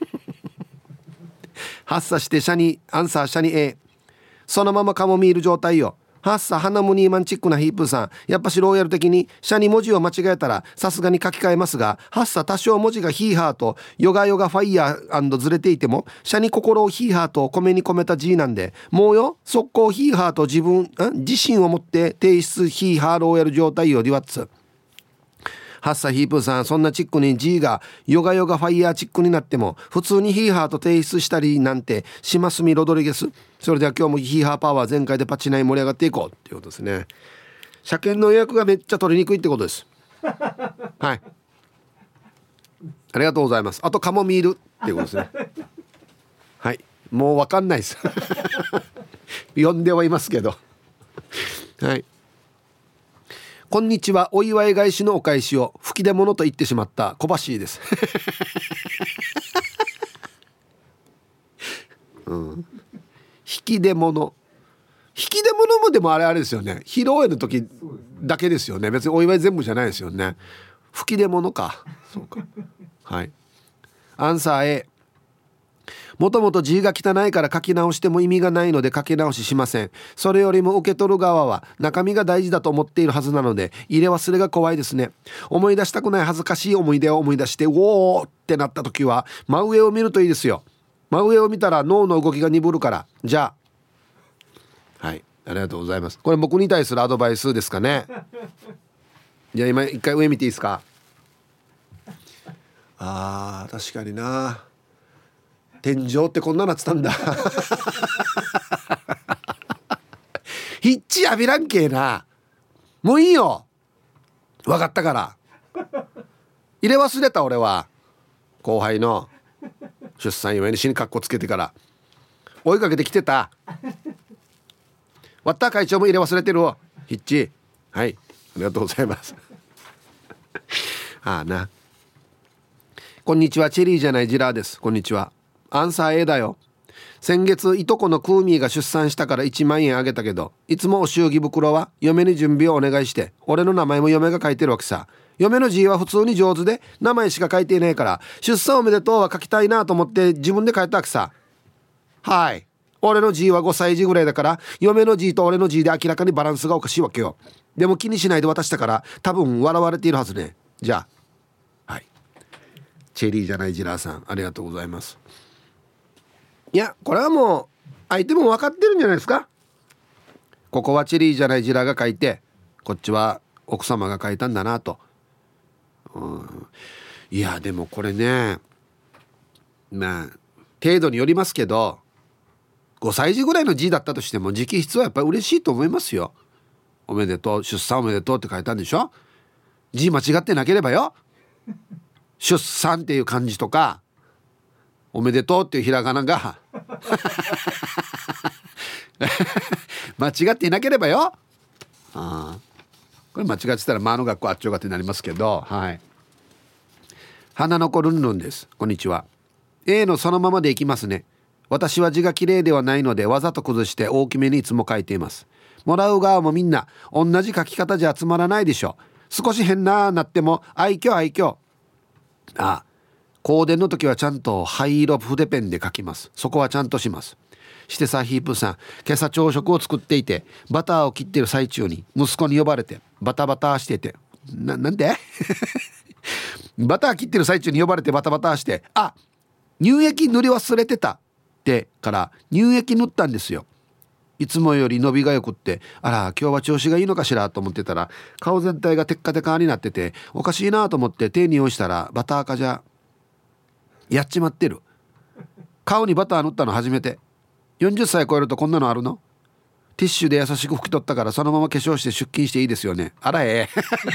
発作してシャニアンサーシャニ A そのままカモミール状態よ。ハッサハナムニーマンチックなヒープーさん。やっぱしローヤル的にシャに文字を間違えたらさすがに書き換えますが、ハッサ多少文字がヒーハーとヨガヨガファイヤーずれていてもシャに心をヒーハーと米に込めた G なんで、もうよ速攻ヒーハーと自身を持って提出ヒーハーローヤル状態よディワッツ。ハッサヒープーさん、そんなチックに G がヨガヨガファイヤーチックになっても普通にヒーハーと提出したりなんてしますみロドリゲス。それでは今日もヒーハーパワー全開でパチナイ盛り上がっていこうっていうことですね。車検の予約がめっちゃ取りにくいってことですはい、ありがとうございます。あとカモミールっていうことですねはい、もう分かんないです読んではいますけどはい。こんにちは。お祝い返しのお返しを吹き出物と言ってしまった小橋です、うん、引き出物もでもあれですよね、披露宴の時だけですよね。別にお祝い全部じゃないですよね。吹き出物か。そうか。はい。アンサー A。もともと字が汚いから書き直しても意味がないので書き直ししません。それよりも受け取る側は中身が大事だと思っているはずなので、入れ忘れが怖いですね。思い出したくない恥ずかしい思い出を思い出して、おーってなった時は真上を見るといいですよ。真上を見たら脳の動きが鈍るから。じゃあ、はい、ありがとうございます。これ僕に対するアドバイスですかね。じゃあ今一回上見ていいですか。確かにな、天井ってこんななってたんだヒッチ浴びらんけえな。もういいよ、分かったから。入れ忘れた。俺は後輩の出産祝いに死にカッコつけてから追いかけてきてた。ワッター会長も入れ忘れてるわヒッチ。はい、ありがとうございますな。こんにちは。チェリーじゃないジラーです。こんにちは。アンサー A だよ。先月いとこのクーミーが出産したから1万円あげたけど、いつもお祝儀袋は嫁に準備をお願いして、俺の名前も嫁が書いてるわけさ。嫁の字は普通に上手で名前しか書いていないから、出産おめでとうは書きたいなと思って自分で書いたわけさ。はい、俺の字は5歳児ぐらいだから、嫁の字と俺の字で明らかにバランスがおかしいわけよ。でも気にしないで渡したから多分笑われているはずね。じゃあ、はい、チェリーじゃないジラーさん、ありがとうございます。いや、これはもう相手も分かってるんじゃないですか。ここはチェリーじゃないジラーが書いて、こっちは奥様が書いたんだなと。いやでもこれね、まあ程度によりますけど、5歳児ぐらいの字だったとしても直筆はやっぱり嬉しいと思いますよ。おめでとう、出産おめでとうって書いたんでしょ。字間違ってなければよ、出産っていう漢字とかおめでとうっていうひらがなが間違っていなければよ。これ間違ってたらマの学校あっちょがってなりますけど、はい。花の子ルンルンです。こんにちは。 A のそのままでいきますね。私は字が綺麗ではないのでわざと崩して大きめにいつも書いています。もらう側もみんな同じ書き方じゃ集まらないでしょ。少し変なっても愛嬌。香典の時はちゃんと灰色筆ペンで書きます。そこはちゃんとします。してさ、ヒープさん、今朝朝食を作っていてバターを切ってる最中に息子に呼ばれてバタバタしてて、なんでバター切ってる最中に呼ばれてバタバタして、乳液塗り忘れてたってから乳液塗ったんですよ。いつもより伸びがよくって、あら今日は調子がいいのかしらと思ってたら顔全体がテッカテカになってておかしいなと思って手に用意したらバターかじゃやっちまってる。顔にバター塗ったの初めて。40歳超えるとこんなのあるの。ティッシュで優しく拭き取ったからそのまま化粧して出勤していいですよね。洗え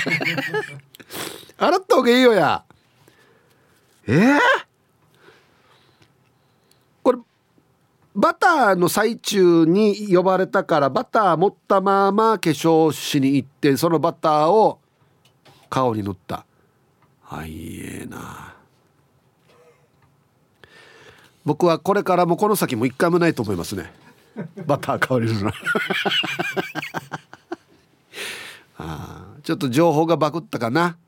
洗った方がいいよや。これバターの最中に呼ばれたからバター持ったまま化粧しに行ってそのバターを顔に塗った。いいな。僕はこれからもこの先も一回もないと思いますね。バター香りるのちょっと情報がバグったかな。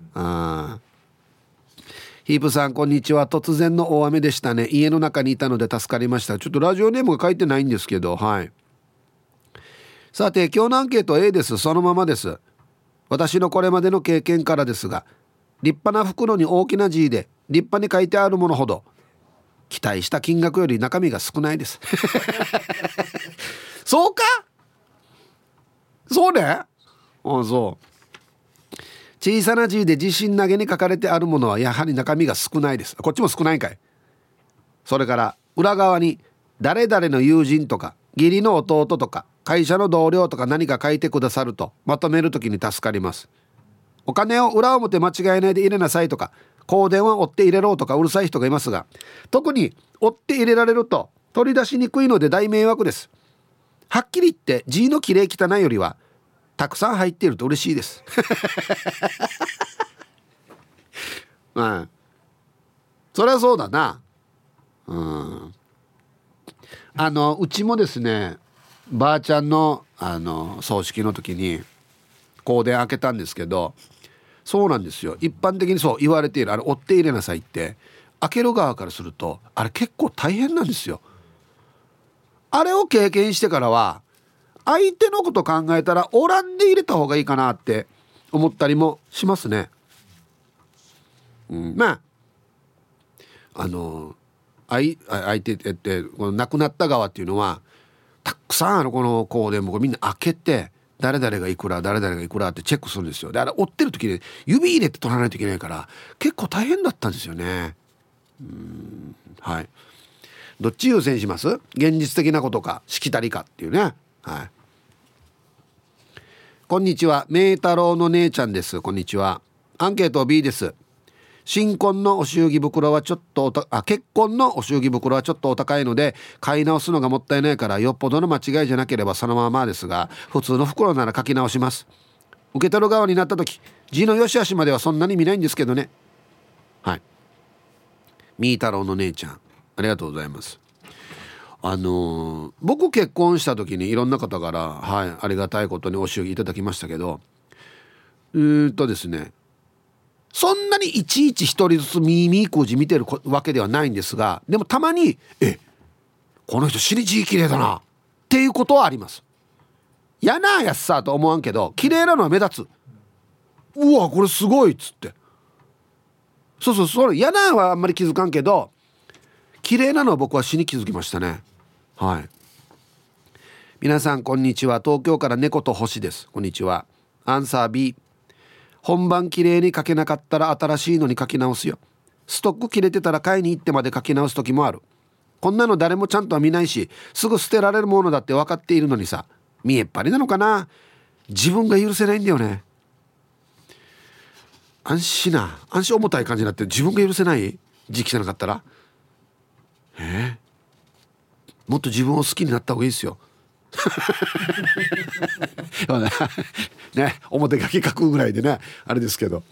ヒープさんこんにちは。突然の大雨でしたね。家の中にいたので助かりました。ちょっとラジオネームが書いてないんですけど、はい。さて今日のアンケート A です。そのままです。私のこれまでの経験からですが、立派な袋に大きな字で立派に書いてあるものほど期待した金額より中身が少ないですそうか、そうね。そう小さな字で自信投げに書かれてあるものはやはり中身が少ないです。こっちも少ないんかい。それから裏側に誰々の友人とか義理の弟とか会社の同僚とか何か書いてくださるとまとめるときに助かります。お金を裏表間違えないで入れなさいとか香典は折って入れろとかうるさい人がいますが、特に折って入れられると取り出しにくいので大迷惑です。 はっきり言って字の綺麗汚いよりはたくさん入っていると嬉しいですまあそりゃそうだな。うちもですね、ばあちゃんの葬式の時に香典開けたんですけど、そうなんですよ、一般的にそう言われている追って入れなさいって開ける側からするとあれ結構大変なんですよ。あれを経験してからは相手のこと考えたらおらんで入れた方がいいかなって思ったりもしますね。まあ相手ってこの亡くなった側っていうのはたくさんこの香典もみんな開けて誰々がいくら誰々がいくらってチェックするんですよ。であれ追ってる時に指入れて取らないといけないから結構大変だったんですよね。はい、どっち優先します？現実的なことかしきたりかっていうね。はい、こんにちは、名太郎の姉ちゃんです。こんにちは。アンケート B です。新婚のお祝儀袋はちょっと結婚のお祝儀袋はちょっとお高いので買い直すのがもったいないからよっぽどの間違いじゃなければそのままですが、普通の袋なら書き直します。受け取る側になった時字の良し悪しまではそんなに見ないんですけどね。はい、みー太郎の姉ちゃんありがとうございます。僕結婚した時にいろんな方から、はい、ありがたいことにお祝儀いただきましたけど、ですね、そんなにいちいち一人ずつミーミーくじ見てるわけではないんですが、でもたまにこの人死に字綺麗だなっていうことはあります。やなやっさと思わんけど綺麗なのは目立つ。うわこれすごいっつって、それやなはあんまり気づかんけど綺麗なのは僕は死に気づきましたね。はい、皆さんこんにちは、東京から猫と星です。こんにちは。アンサー B、本番綺麗に書けなかったら新しいのに書き直すよ。ストック切れてたら買いに行ってまで書き直す時もある。こんなの誰もちゃんとは見ないしすぐ捨てられるものだって分かっているのにさ、見えっ張りなのかな。自分が許せないんだよね。安心重たい感じになって自分が許せない字汚かったらもっと自分を好きになった方がいいですよね、表書き書くぐらいでねあれですけど、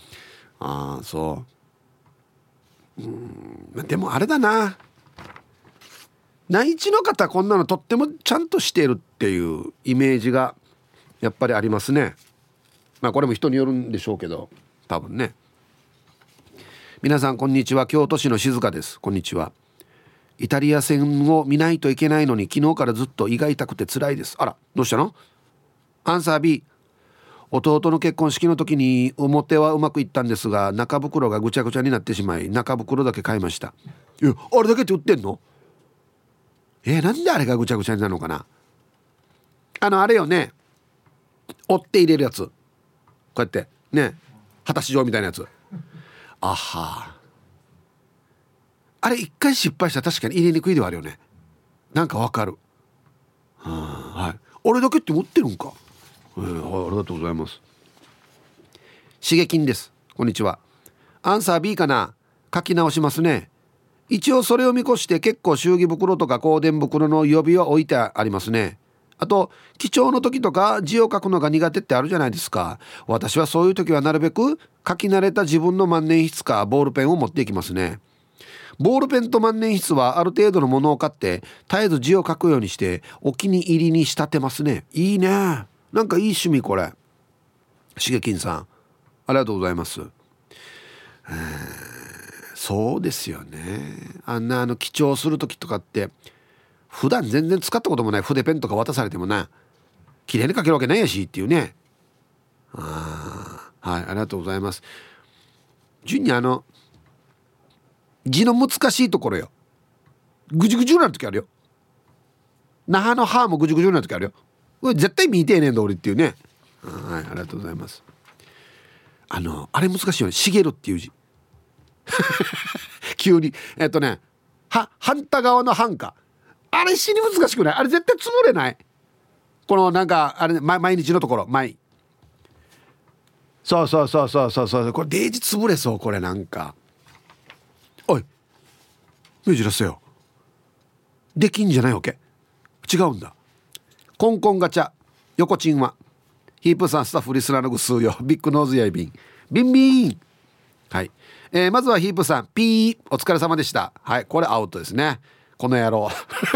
でもあれだな、内地の方こんなのとってもちゃんとしているっていうイメージがやっぱりありますね。まあこれも人によるんでしょうけど多分ね。皆さんこんにちは、京都市の静香です。こんにちは。イタリア戦を見ないといけないのに昨日からずっと胃が痛くて辛いです。あらどうしたの？アンサー B、 弟の結婚式の時に表はうまくいったんですが中袋がぐちゃぐちゃになってしまい中袋だけ買いました。あれだけって売ってんの？なんであれがぐちゃぐちゃになるのかな。あれよね、折って入れるやつ、こうやってね、果たし状みたいなやつ。あは、あれ一回失敗したら確かに入れにくいではあるよね。なんかわかる。はい、あれだけって持ってるんか。ありがとうございます。しげきんです。こんにちは。アンサー B かな。書き直しますね。一応それを見越して結構祝儀袋とか香典袋の予備は置いてありますね。あと記帳の時とか字を書くのが苦手ってあるじゃないですか。私はそういう時はなるべく書き慣れた自分の万年筆かボールペンを持っていきますね。ボールペンと万年筆はある程度のものを買って絶えず字を書くようにしてお気に入りに仕立てますね。いいね、なんかいい趣味これ。しげきんさんありがとうございます。そうですよね。記帳する時とかって普段全然使ったこともない筆ペンとか渡されてもな綺麗に書けるわけないやしっていうね。はい、ありがとうございます。順に字の難しいところよ、ぐじゅぐじゅになる時あるよ。那覇の歯もぐじゅぐじゅになる時あるよ。これ絶対見てえねんだ俺っていうね。はい、ありがとうございます。あれ難しいよね、茂るっていう字急に反対側の反か、あれ死に難しくない？あれ絶対潰れない？このなんかあれ、毎日のところそうこれデージ潰れそう。これなんかおい目じらせよ、できんじゃないわけ。違うんだ。 コンコンガチャ横チンはヒープさんスタッフリスナーのぐすうよビッグノーズやいビンビンビン。はい、まずはヒープさんピーお疲れ様でした。はい、これアウトですね、この野郎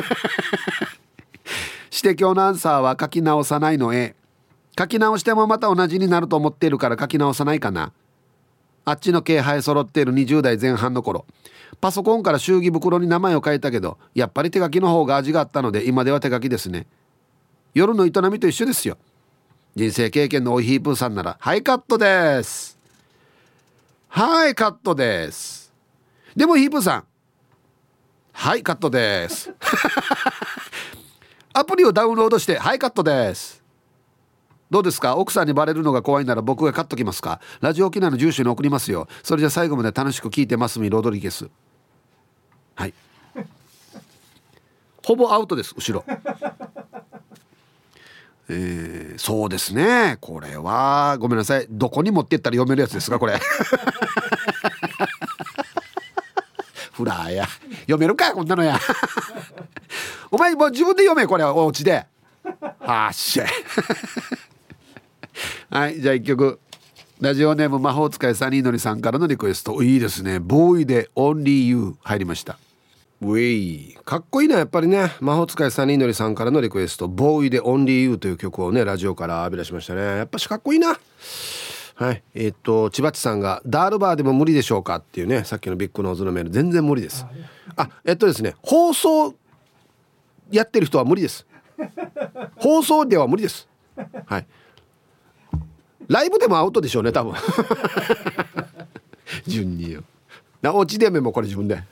して今日のアンサーは書き直さないの書き直してもまた同じになると思っているから書き直さないかな。あっちの気配揃っている20代前半の頃、パソコンから祝儀袋に名前を書いたけどやっぱり手書きの方が味があったので今では手書きですね。夜の営みと一緒ですよ。人生経験の多いヒープーさんならはいカットです。はいカットです。でもヒープーさんはいカットですアプリをダウンロードしてはいカットです。どうですか、奥さんにバレるのが怖いなら僕がカットきますか。ラジオ沖縄の住所に送りますよ。それじゃ最後まで楽しく聞いてますみロドリゲス。はいほぼアウトです後ろそうですね、これはごめんなさい、どこに持ってったら読めるやつですかこれフラーや読めるかこんなのやお前もう自分で読めこれはお家ではっしゃはいじゃあ1曲ラジオネーム魔法使いサニーのりさんからのリクエスト。いいですね、ボーイで Only You 入りました。ウェイかっこいいなやっぱりね。魔法使いサニーのりさんからのリクエストボーイで Only You という曲をねラジオから浴び出しましたね。やっぱしかっこいいな。はい千葉地さんがダールバーでも無理でしょうかっていうね、さっきのビッグノーズのメール全然無理です。ですね、放送やってる人は無理です。放送では無理です。はい、ライブでもアウトでしょうね多分順によなおちでめもこれ自分で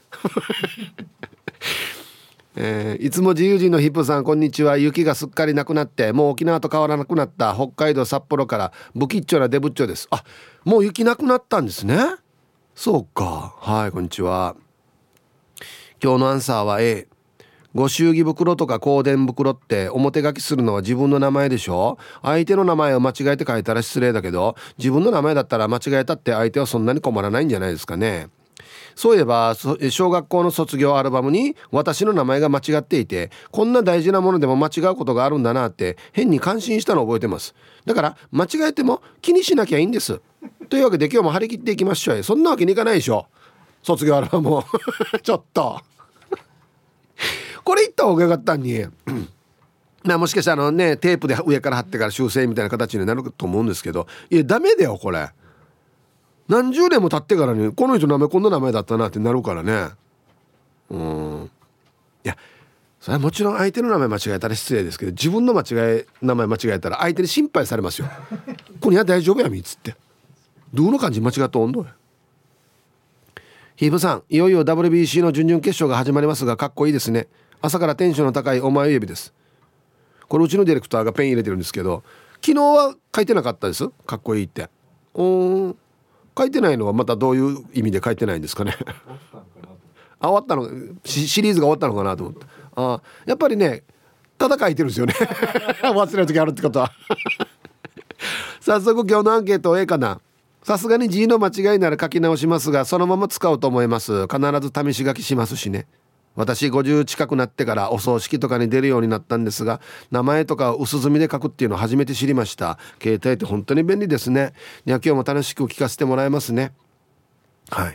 いつも自由人のヒップさんこんにちは。雪がすっかりなくなってもう沖縄と変わらなくなった北海道札幌からブキッチョなデブッチョです。あ、もう雪なくなったんですね。そうか、はいこんにちは。今日のアンサーは A。 ご祝儀袋とか香典袋って表書きするのは自分の名前でしょ。相手の名前を間違えて書いたら失礼だけど自分の名前だったら間違えたって相手はそんなに困らないんじゃないですかね。そういえば小学校の卒業アルバムに私の名前が間違っていてこんな大事なものでも間違うことがあるんだなって変に感心したのを覚えてます。だから間違えても気にしなきゃいいんです。というわけで今日も張り切っていきましょう。そんなわけにいかないでしょ卒業アルバムをちょっとこれ言った方がよかったんにもしかしたらテープで上から貼ってから修正みたいな形になると思うんですけど、いやダメだよこれ。何十年も経ってからにこの人の名前こんな名前だったなってなるからね。いやそれはもちろん相手の名前間違えたら失礼ですけど自分の名前間違えたら相手に心配されますよこれは大丈夫やみっつってどの感じ間違った温度や。ヒープさんいよいよ WBC の準々決勝が始まりますがかっこいいですね。朝からテンションの高いお前指です。これうちのディレクターがペン入れてるんですけど昨日は書いてなかったです。かっこいいって書いてないのはまたどういう意味で書いてないんですかね終わったのシリーズが終わったのかなと思って。やっぱりねただ書いてるんですよね忘れる時あるってことは早速今日のアンケート A かな。さすがに字の間違いなら書き直しますがそのまま使おうと思います。必ず試し書きしますしね。私50近くなってからお葬式とかに出るようになったんですが名前とか薄墨で書くっていうのを初めて知りました。携帯って本当に便利ですね。いや今日も楽しく聞かせてもらいますね。はい、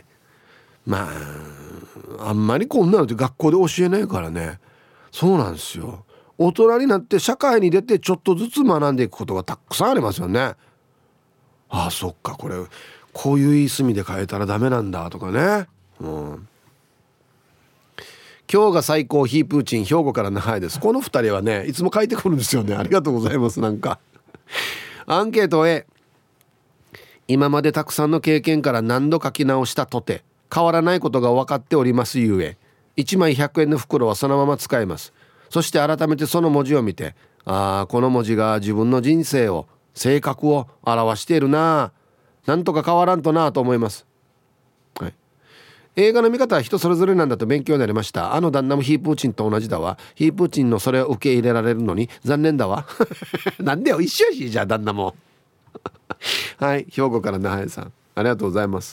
あんまりこんなのって学校で教えないからね。そうなんですよ。大人になって社会に出てちょっとずつ学んでいくことがたくさんありますよね。そっかこれこういう言い墨で書いたらダメなんだとかね。今日が最高ヒープーチン兵庫からのはいです。この2人はねいつも書いてくるんですよね。ありがとうございます。なんかアンケート A。 今までたくさんの経験から何度書き直したとて変わらないことが分かっておりますゆえ1枚100円の袋はそのまま使います。そして改めてその文字を見てこの文字が自分の人生を性格を表しているな、なんとか変わらんとなと思います。映画の見方は人それぞれなんだと勉強になりました。旦那もヒープーチンと同じだわ。ヒープーチンのそれを受け入れられるのに残念だわなんでよ一緒やしじゃあ旦那もはい兵庫から那覇さんありがとうございます。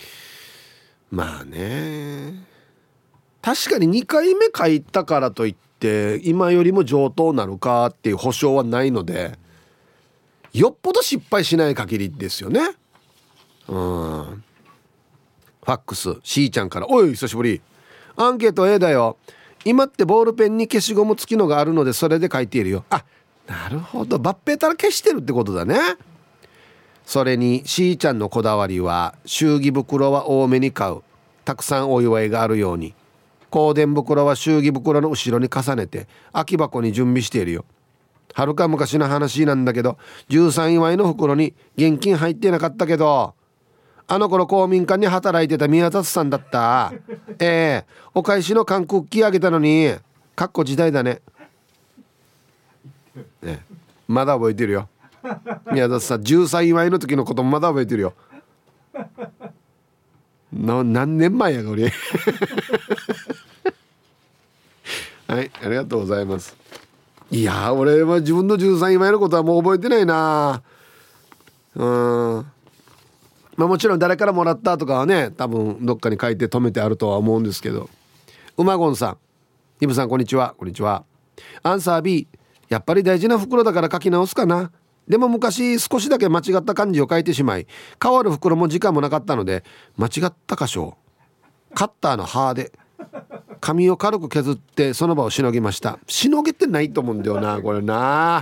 まあね確かに2回目書いたからといっって今よりも上等なるかっていう保証はないので、よっぽど失敗しない限りですよね。ファックス C ちゃんから、おい久しぶり。アンケート A だよ。今ってボールペンに消しゴム付きのがあるのでそれで書いているよ。あ、なるほど、抜兵たら消してるってことだね。それに C ちゃんのこだわりは、祝儀袋は多めに買う、たくさんお祝いがあるように。香典袋は祝儀袋の後ろに重ねて空き箱に準備しているよ。はるか昔の話なんだけど、13祝いの袋に現金入ってなかったけど、あの頃公民館に働いてた宮里さんだった。お返しの缶クッキーあげたのに、かっこ時代だね。まだ覚えてるよ。宮里さん13祝いの時のこともまだ覚えてるよ。何年前やこれ。はい、ありがとうございます。いや俺は自分の13祝いのことはもう覚えてないな。まあもちろん誰からもらったとかはね、多分どっかに書いて止めてあるとは思うんですけど。うまごんさん、イブさんこんにちは。こんにちは。アンサー B、 やっぱり大事な袋だから書き直すかな。でも昔少しだけ間違った漢字を書いてしまい、変わる袋も時間もなかったので、間違った箇所をカッターの刃で紙を軽く削ってその場をしのぎました。しのげてないと思うんだよなこれな。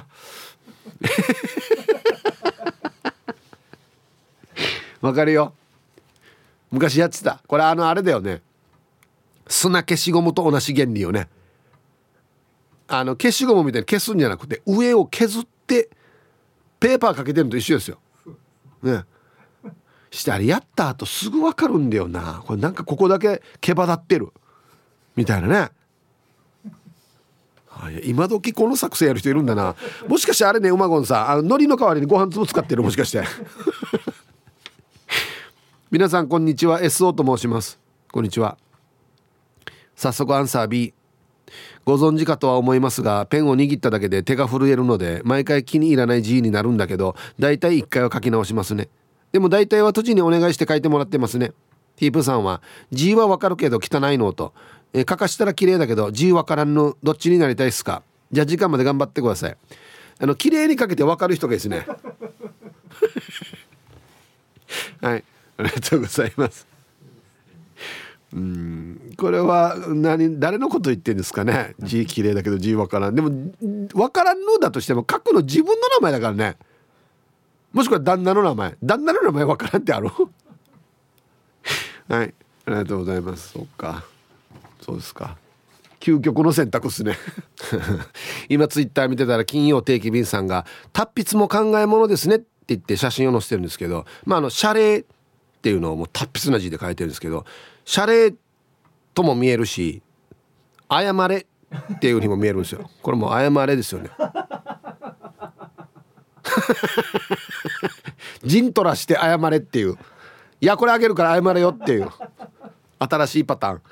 わかるよ、昔やってたこれ。あれだよね、砂消しゴムと同じ原理よね。消しゴムみたいに消すんじゃなくて、上を削ってペーパーかけてるのと一緒ですよね。してあれやった後すぐ分かるんだよな。これなんかここだけ毛羽立ってるみたいなね。今時この作戦やる人いるんだな。もしかしてあれね、うまごんさん、海苔の代わりにご飯粒使ってる、もしかして。皆さんこんにちは、 SO と申します。こんにちは。早速アンサー B。 ご存知かとは思いますが、ペンを握っただけで手が震えるので毎回気に入らない字になるんだけど、だいたい1回は書き直しますね。でも大体は閉じにお願いして書いてもらってますね。ティープさんは字はわかるけど汚いのと、書かしたら綺麗だけど字わからんの、どっちになりたいですか。じゃあ時間まで頑張ってください。綺麗に書けてわかる人がいいですね。はい、ありがとうございます。これは誰のこと言ってんですかね。字綺麗だけど字わからん。でもわからんのだとしても書くの自分の名前だからね。もしくは旦那の名前わからんってある。はい、ありがとうございます。そっか、そうですか。究極の選択っすね。今ツイッター見てたら、金曜定期便さんが達筆も考え物ですねって言って写真を載せてるんですけど、謝礼っていうのをもう達筆な字で書いてるんですけど、謝礼とも見えるし、謝れっていう風にも見えるんですよ。これもう謝れですよね。陣取らして謝れっていう、いやこれあげるから謝れよっていう新しいパターン。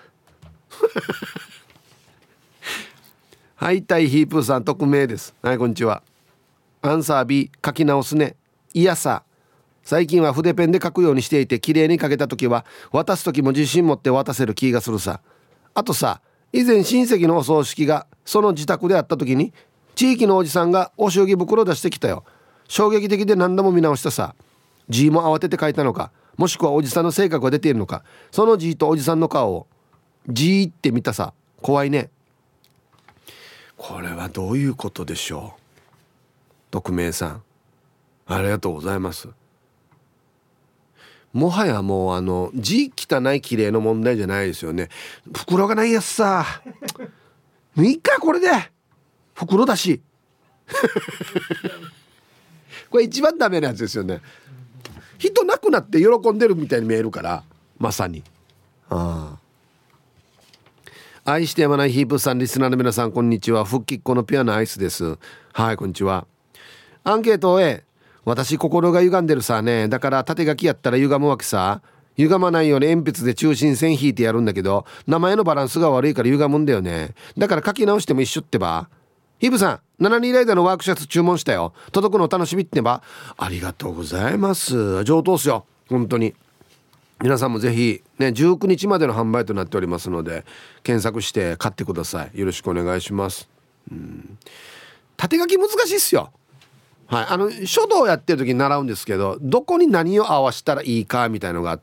はい、タイヒープーさん匿名です。はい、こんにちは。アンサー B、 書き直すね。いやさ、最近は筆ペンで書くようにしていて、綺麗に書けた時は渡す時も自信持って渡せる気がするさ。あとさ、以前親戚のお葬式がその自宅であった時に、地域のおじさんがお祝儀袋出してきたよ。衝撃的で何度も見直したさ。字も慌てて書いたのか、もしくはおじさんの性格が出ているのか、その字とおじさんの顔をじーって見たさ。怖いね。これはどういうことでしょう。匿名さん、ありがとうございます。もはやもう字汚い綺麗の問題じゃないですよね。袋がないやつさ、いいかこれで袋だし。これ一番ダメなやつですよね。人なくなって喜んでるみたいに見えるから、まさに。愛してやまないヒープさん、リスナーの皆さんこんにちは。復帰っ子のピュアなアイスです。はい、こんにちは。アンケートを A、 私心が歪んでるさね。だから縦書きやったら歪むわけさ。歪まないように鉛筆で中心線引いてやるんだけど、名前のバランスが悪いから歪むんだよね。だから書き直しても一緒ってば。ヒブさん、72ライダーのワークシャツ注文したよ。届くのお楽しみってば。ありがとうございます。上等っすよ本当に。 皆さんもぜひね、19日までの販売となっておりますので検索して買ってください。よろしくお願いします。縦書き難しいっすよ。はい、書道やってる時に習うんですけど、どこに何を合わせたらいいかみたいのがあって、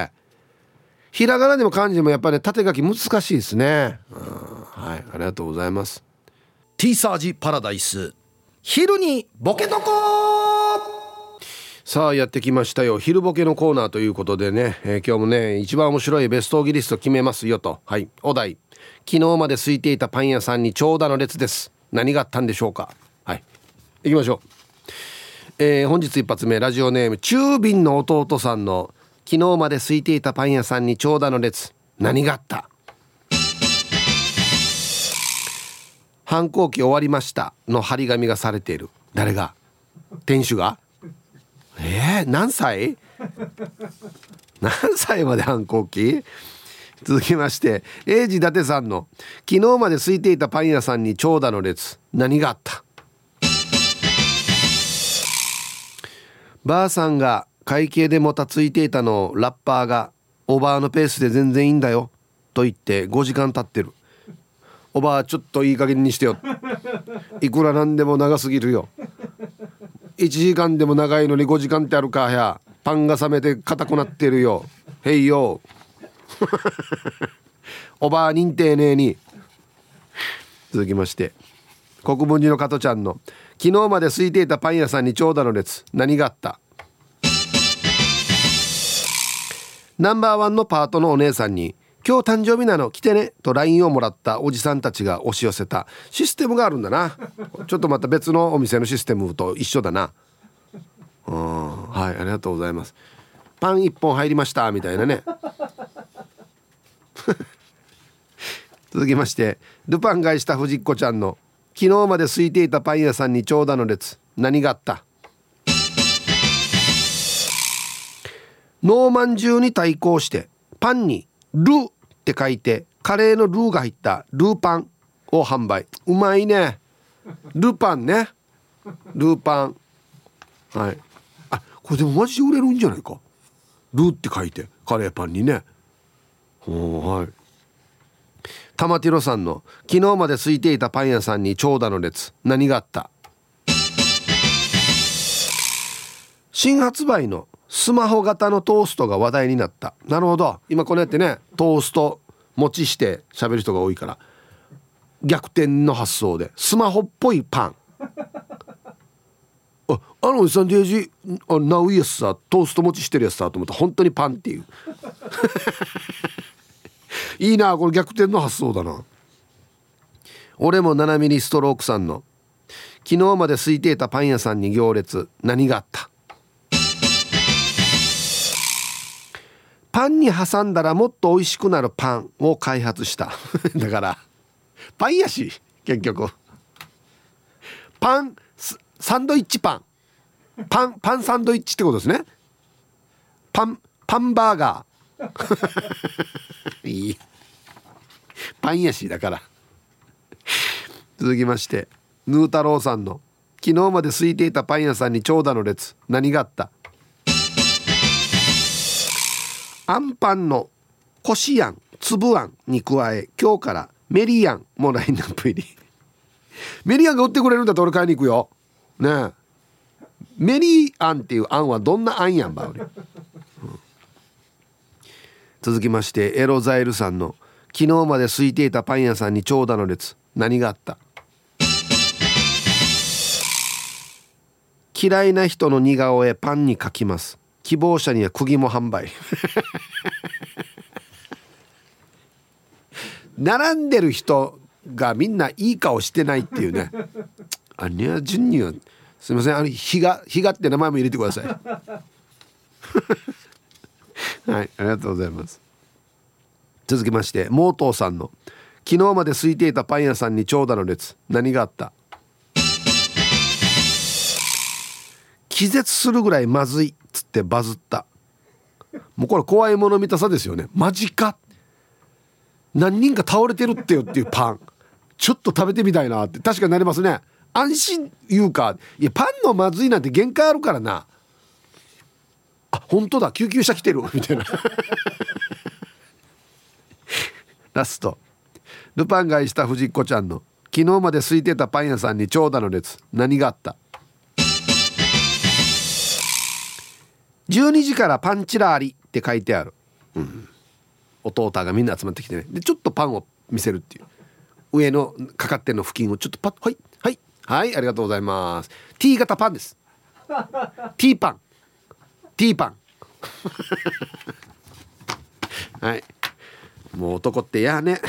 ひらがなでも漢字でもやっぱり、ね、縦書き難しいですね。はい、ありがとうございます。 T サージパラダイス、昼にボケとこ。 さあやってきましたよ、昼ボケのコーナーということでね、今日もね一番面白いベストオギリスト決めますよと。はい、お題、昨日まで空いていたパン屋さんに長蛇の列です。何があったんでしょうか。はい、行きましょう。本日一発目、ラジオネーム中瓶の弟さんの、昨日まで空いていたパン屋さんに長蛇の列、何があった。反抗期終わりましたの張り紙がされている。誰が？店主が？何歳？何歳まで反抗期？続きまして、英治伊達さんの、昨日まで空いていたパン屋さんに長蛇の列、何があった。ばあさんが会計でもたついていたのをラッパーが、おばあのペースで全然いいんだよと言って5時間経ってる。おばあちょっといい加減にしてよ、いくらなんでも長すぎるよ。1時間でも長いのに5時間ってあるかや。パンが冷めて硬くなってるよ。へいよおばあ認定ねえに。続きまして、国分寺の加トちゃんの、昨日まで空いていたパン屋さんに長蛇の列、何があった。ナンバーワンのパートのお姉さんに、今日誕生日なの来てねと LINE をもらったおじさんたちが押し寄せたシステムがあるんだな。ちょっとまた別のお店のシステムと一緒だな。はい、ありがとうございます。パン1本入りましたみたいなね続きまして、ルパン買いした藤子ちゃんの、昨日まで空いていたパン屋さんに長蛇の列、何があった。ノーマン中に対抗してパンにルって書いてカレーのルーが入ったルーパンを販売。うまいね、ルパンね、ルーパン。はい、あ、これでもマジで売れるんじゃないか。ルーって書いてカレーパンにね。はい、玉ティロさんの、昨日まで空いていたパン屋さんに長蛇の列、何があった。新発売のスマホ型のトーストが話題になった。なるほど、今こうやってねトースト持ちして喋る人が多いから、逆転の発想でスマホっぽいパンおじさんデージナウイエスさ、トースト持ちしてるやつさと思ったら本当にパンっていういいな、これ逆転の発想だな。俺も7ミリストロークさんの、昨日まで空いていたパン屋さんに行列、何があった。パンに挟んだらもっと美味しくなるパンを開発しただからパンやし、結局パンサンドイッチパンサンドイッチってことですね。パンバーガーいいパンやしだから続きまして、ヌー太郎さんの、昨日まで空いていたパン屋さんに長蛇の列、何があった。アンパンのこしあん、つぶあんに加え、今日からメリーあんもラインナップ入りメリーあんが売ってくれるんだったら俺買いに行くよねえ。メリーあんっていうあんはどんなあんやんば俺、続きまして、エロザイルさんの、昨日まで空いていたパン屋さんに長蛇の列、何があった。嫌いな人の似顔絵パンに描きます。希望者には釘も販売並んでる人がみんないい顔してないっていうね。あにゃ順にはすいません、日がって名前も入れてくださいはい、ありがとうございます。続きまして、モートーさんの、昨日まで空いていたパン屋さんに長蛇の列、何があった。気絶するぐらいまずいっつってバズった。もうこれ怖いもの見たさですよね。マジか、何人か倒れてるってよっていうパン、ちょっと食べてみたいなって確かになりますね。安心いうか、いやパンのまずいなんて限界あるからな。 あ本当だ救急車来てるみたいなラストルパン買いした藤子ちゃんの昨日まで空いてたパン屋さんに長蛇の列。何があった？12時からパンチラーリって書いてある、弟がみんな集まってきてね、でちょっとパンを見せるっていう、上のかかってんの付近をちょっとパッ、はいはいはいありがとうございます。 T 型パンです。 T パン T パンはいもう男ってやね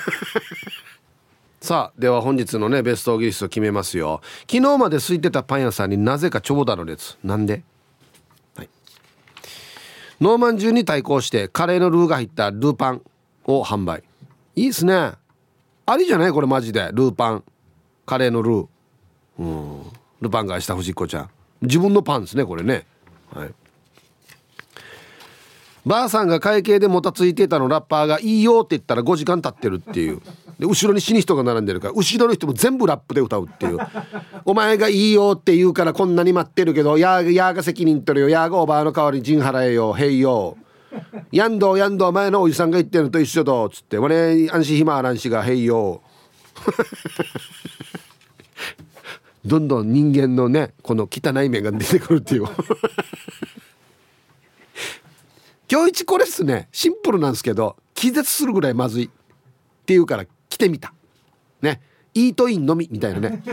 さあでは本日のねベストオギリストを決めますよ。昨日まで空いてたパン屋さんになぜか長蛇の列。なんで？はい、ノーマン10に対抗してカレーのルーが入ったルーパンを販売。いいですね。ありじゃないこれマジで。ルーパンカレーのルー、ルパンがした藤子ちゃん自分のパンですねこれね。はい、ばあさんが会計でもたついてたのラッパーがいいよって言ったら5時間経ってるっていう。で後ろに死に人が並んでるから後ろの人も全部ラップで歌うっていうお前がいいよって言うからこんなに待ってるけどやーが責任取るよ、やーがおばあの代わりに陣払えよ、へいよやんど前のおじさんが言ってるのと一緒だっつって俺安心暇あらんしがへいよどんどん人間のねこの汚い面が出てくるっていう今日一これっすね。シンプルなんですけど気絶するぐらいまずいっていうから来てみたね。イートインのみみたいなね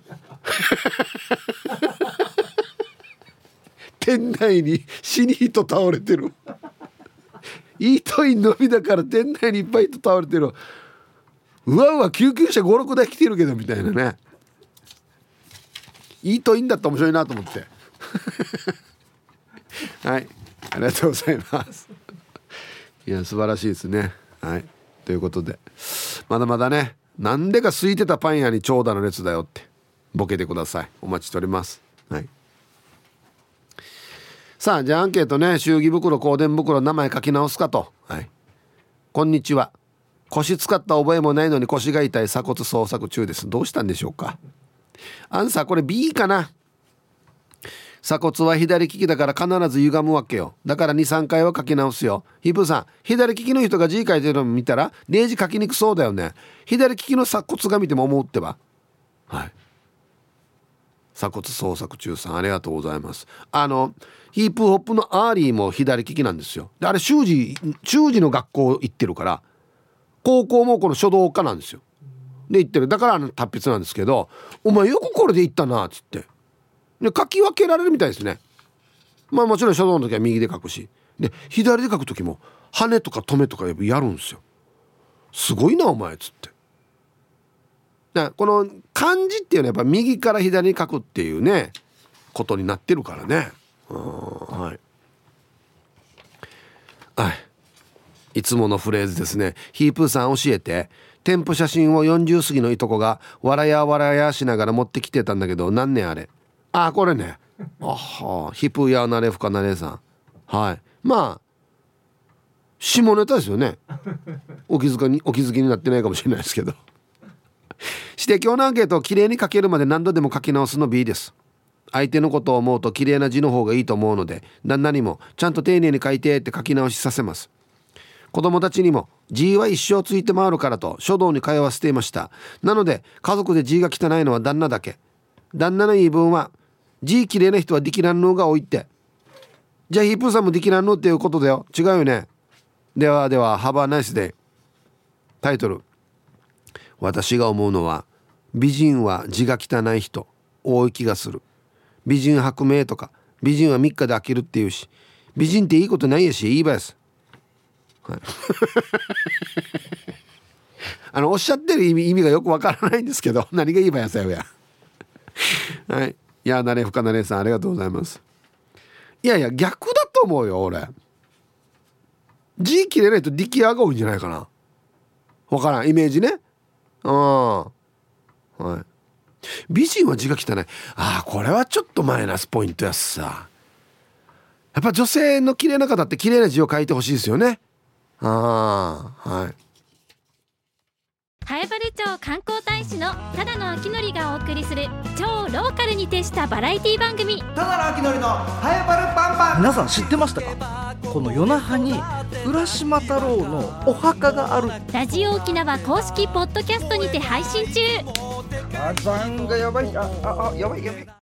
店内に死に人倒れてるイートインのみだから店内にいっぱい人倒れてる。うわ救急車 5,6 台来てるけどみたいなね。イートインだったら面白いなと思ってはいありがとうございますいや素晴らしいですね。はいということでまだまだねなんでか空いてたパン屋に長蛇の列だよってボケてください。お待ちしております。はい、さあじゃあアンケートね。祝儀袋香典袋名前書き直すかと。はい、こんにちは。腰使った覚えもないのに腰が痛い鎖骨捜索中です。どうしたんでしょうか。アンサーこれ B かな。鎖骨は左利きだから必ず歪むわけよ。だから 2,3 回は書き直すよ。ヒプさん左利きの人が字書いてるの見たら例字書きにくそうだよね。左利きの鎖骨が見ても思うってば。はい、鎖骨捜索中さんありがとうございます。ヒップホップのアーリーも左利きなんですよ。であれ修士の学校行ってるから高校もこの書道家なんですよ。で行ってるだから達筆なんですけど、お前よくこれで行ったなっつってで書き分けられるみたいですね。まあもちろん書道の時は右で書くしで左で書く時も羽とか止めとかやるんですよ。すごいなお前っつって。だこの漢字っていうのはやっぱ右から左に書くっていうねことになってるからね。はいはい、いつものフレーズですね。ヒープーさん教えて。添付写真を40過ぎのいとこが笑やしながら持ってきてたんだけど何年あれ。あこれねあはヒプやなれふかなれさん。はいまあ下ネタですよね。お気づきになってないかもしれないですけどして今日のアンケートをきれいに書けるまで何度でも書き直すの B です。相手のことを思うときれいな字の方がいいと思うので旦那にもちゃんと丁寧に書いてって書き直しさせます。子供たちにも字は一生ついて回るからと書道に通わせていました。なので家族で字が汚いのは旦那だけ。旦那の言い分は字きれいな人はできらんのが多いって。じゃあヒープーさんもできらんのっていうことだよ。違うよね。ではハバーナイスデー。タイトル。私が思うのは美人は字が汚い人多い気がする。美人薄命とか美人は3日で飽きるっていうし美人っていいことないやしいいばやす。はい、おっしゃってる意味がよくわからないんですけど何がいいばやさよやはい、いやなれふかなれさんありがとうございます。いや逆だと思うよ俺。字切れないとディキアが多いんじゃないかな。わからんイメージね。はい、美人は字が汚い。これはちょっとマイナスポイントやっさ。やっぱ女性の綺麗な方って綺麗な字を書いてほしいですよね。はい。 南風原町観光大使のただの秋典がお送りする超ローカルに徹したバラエティ番組、 ただの秋典の南風パンパン。 皆さん知ってましたか？この与那覇に浦島太郎のお墓がある。 ラジオ沖縄公式ポッドキャストにて配信中。 火山がやばい。やばい。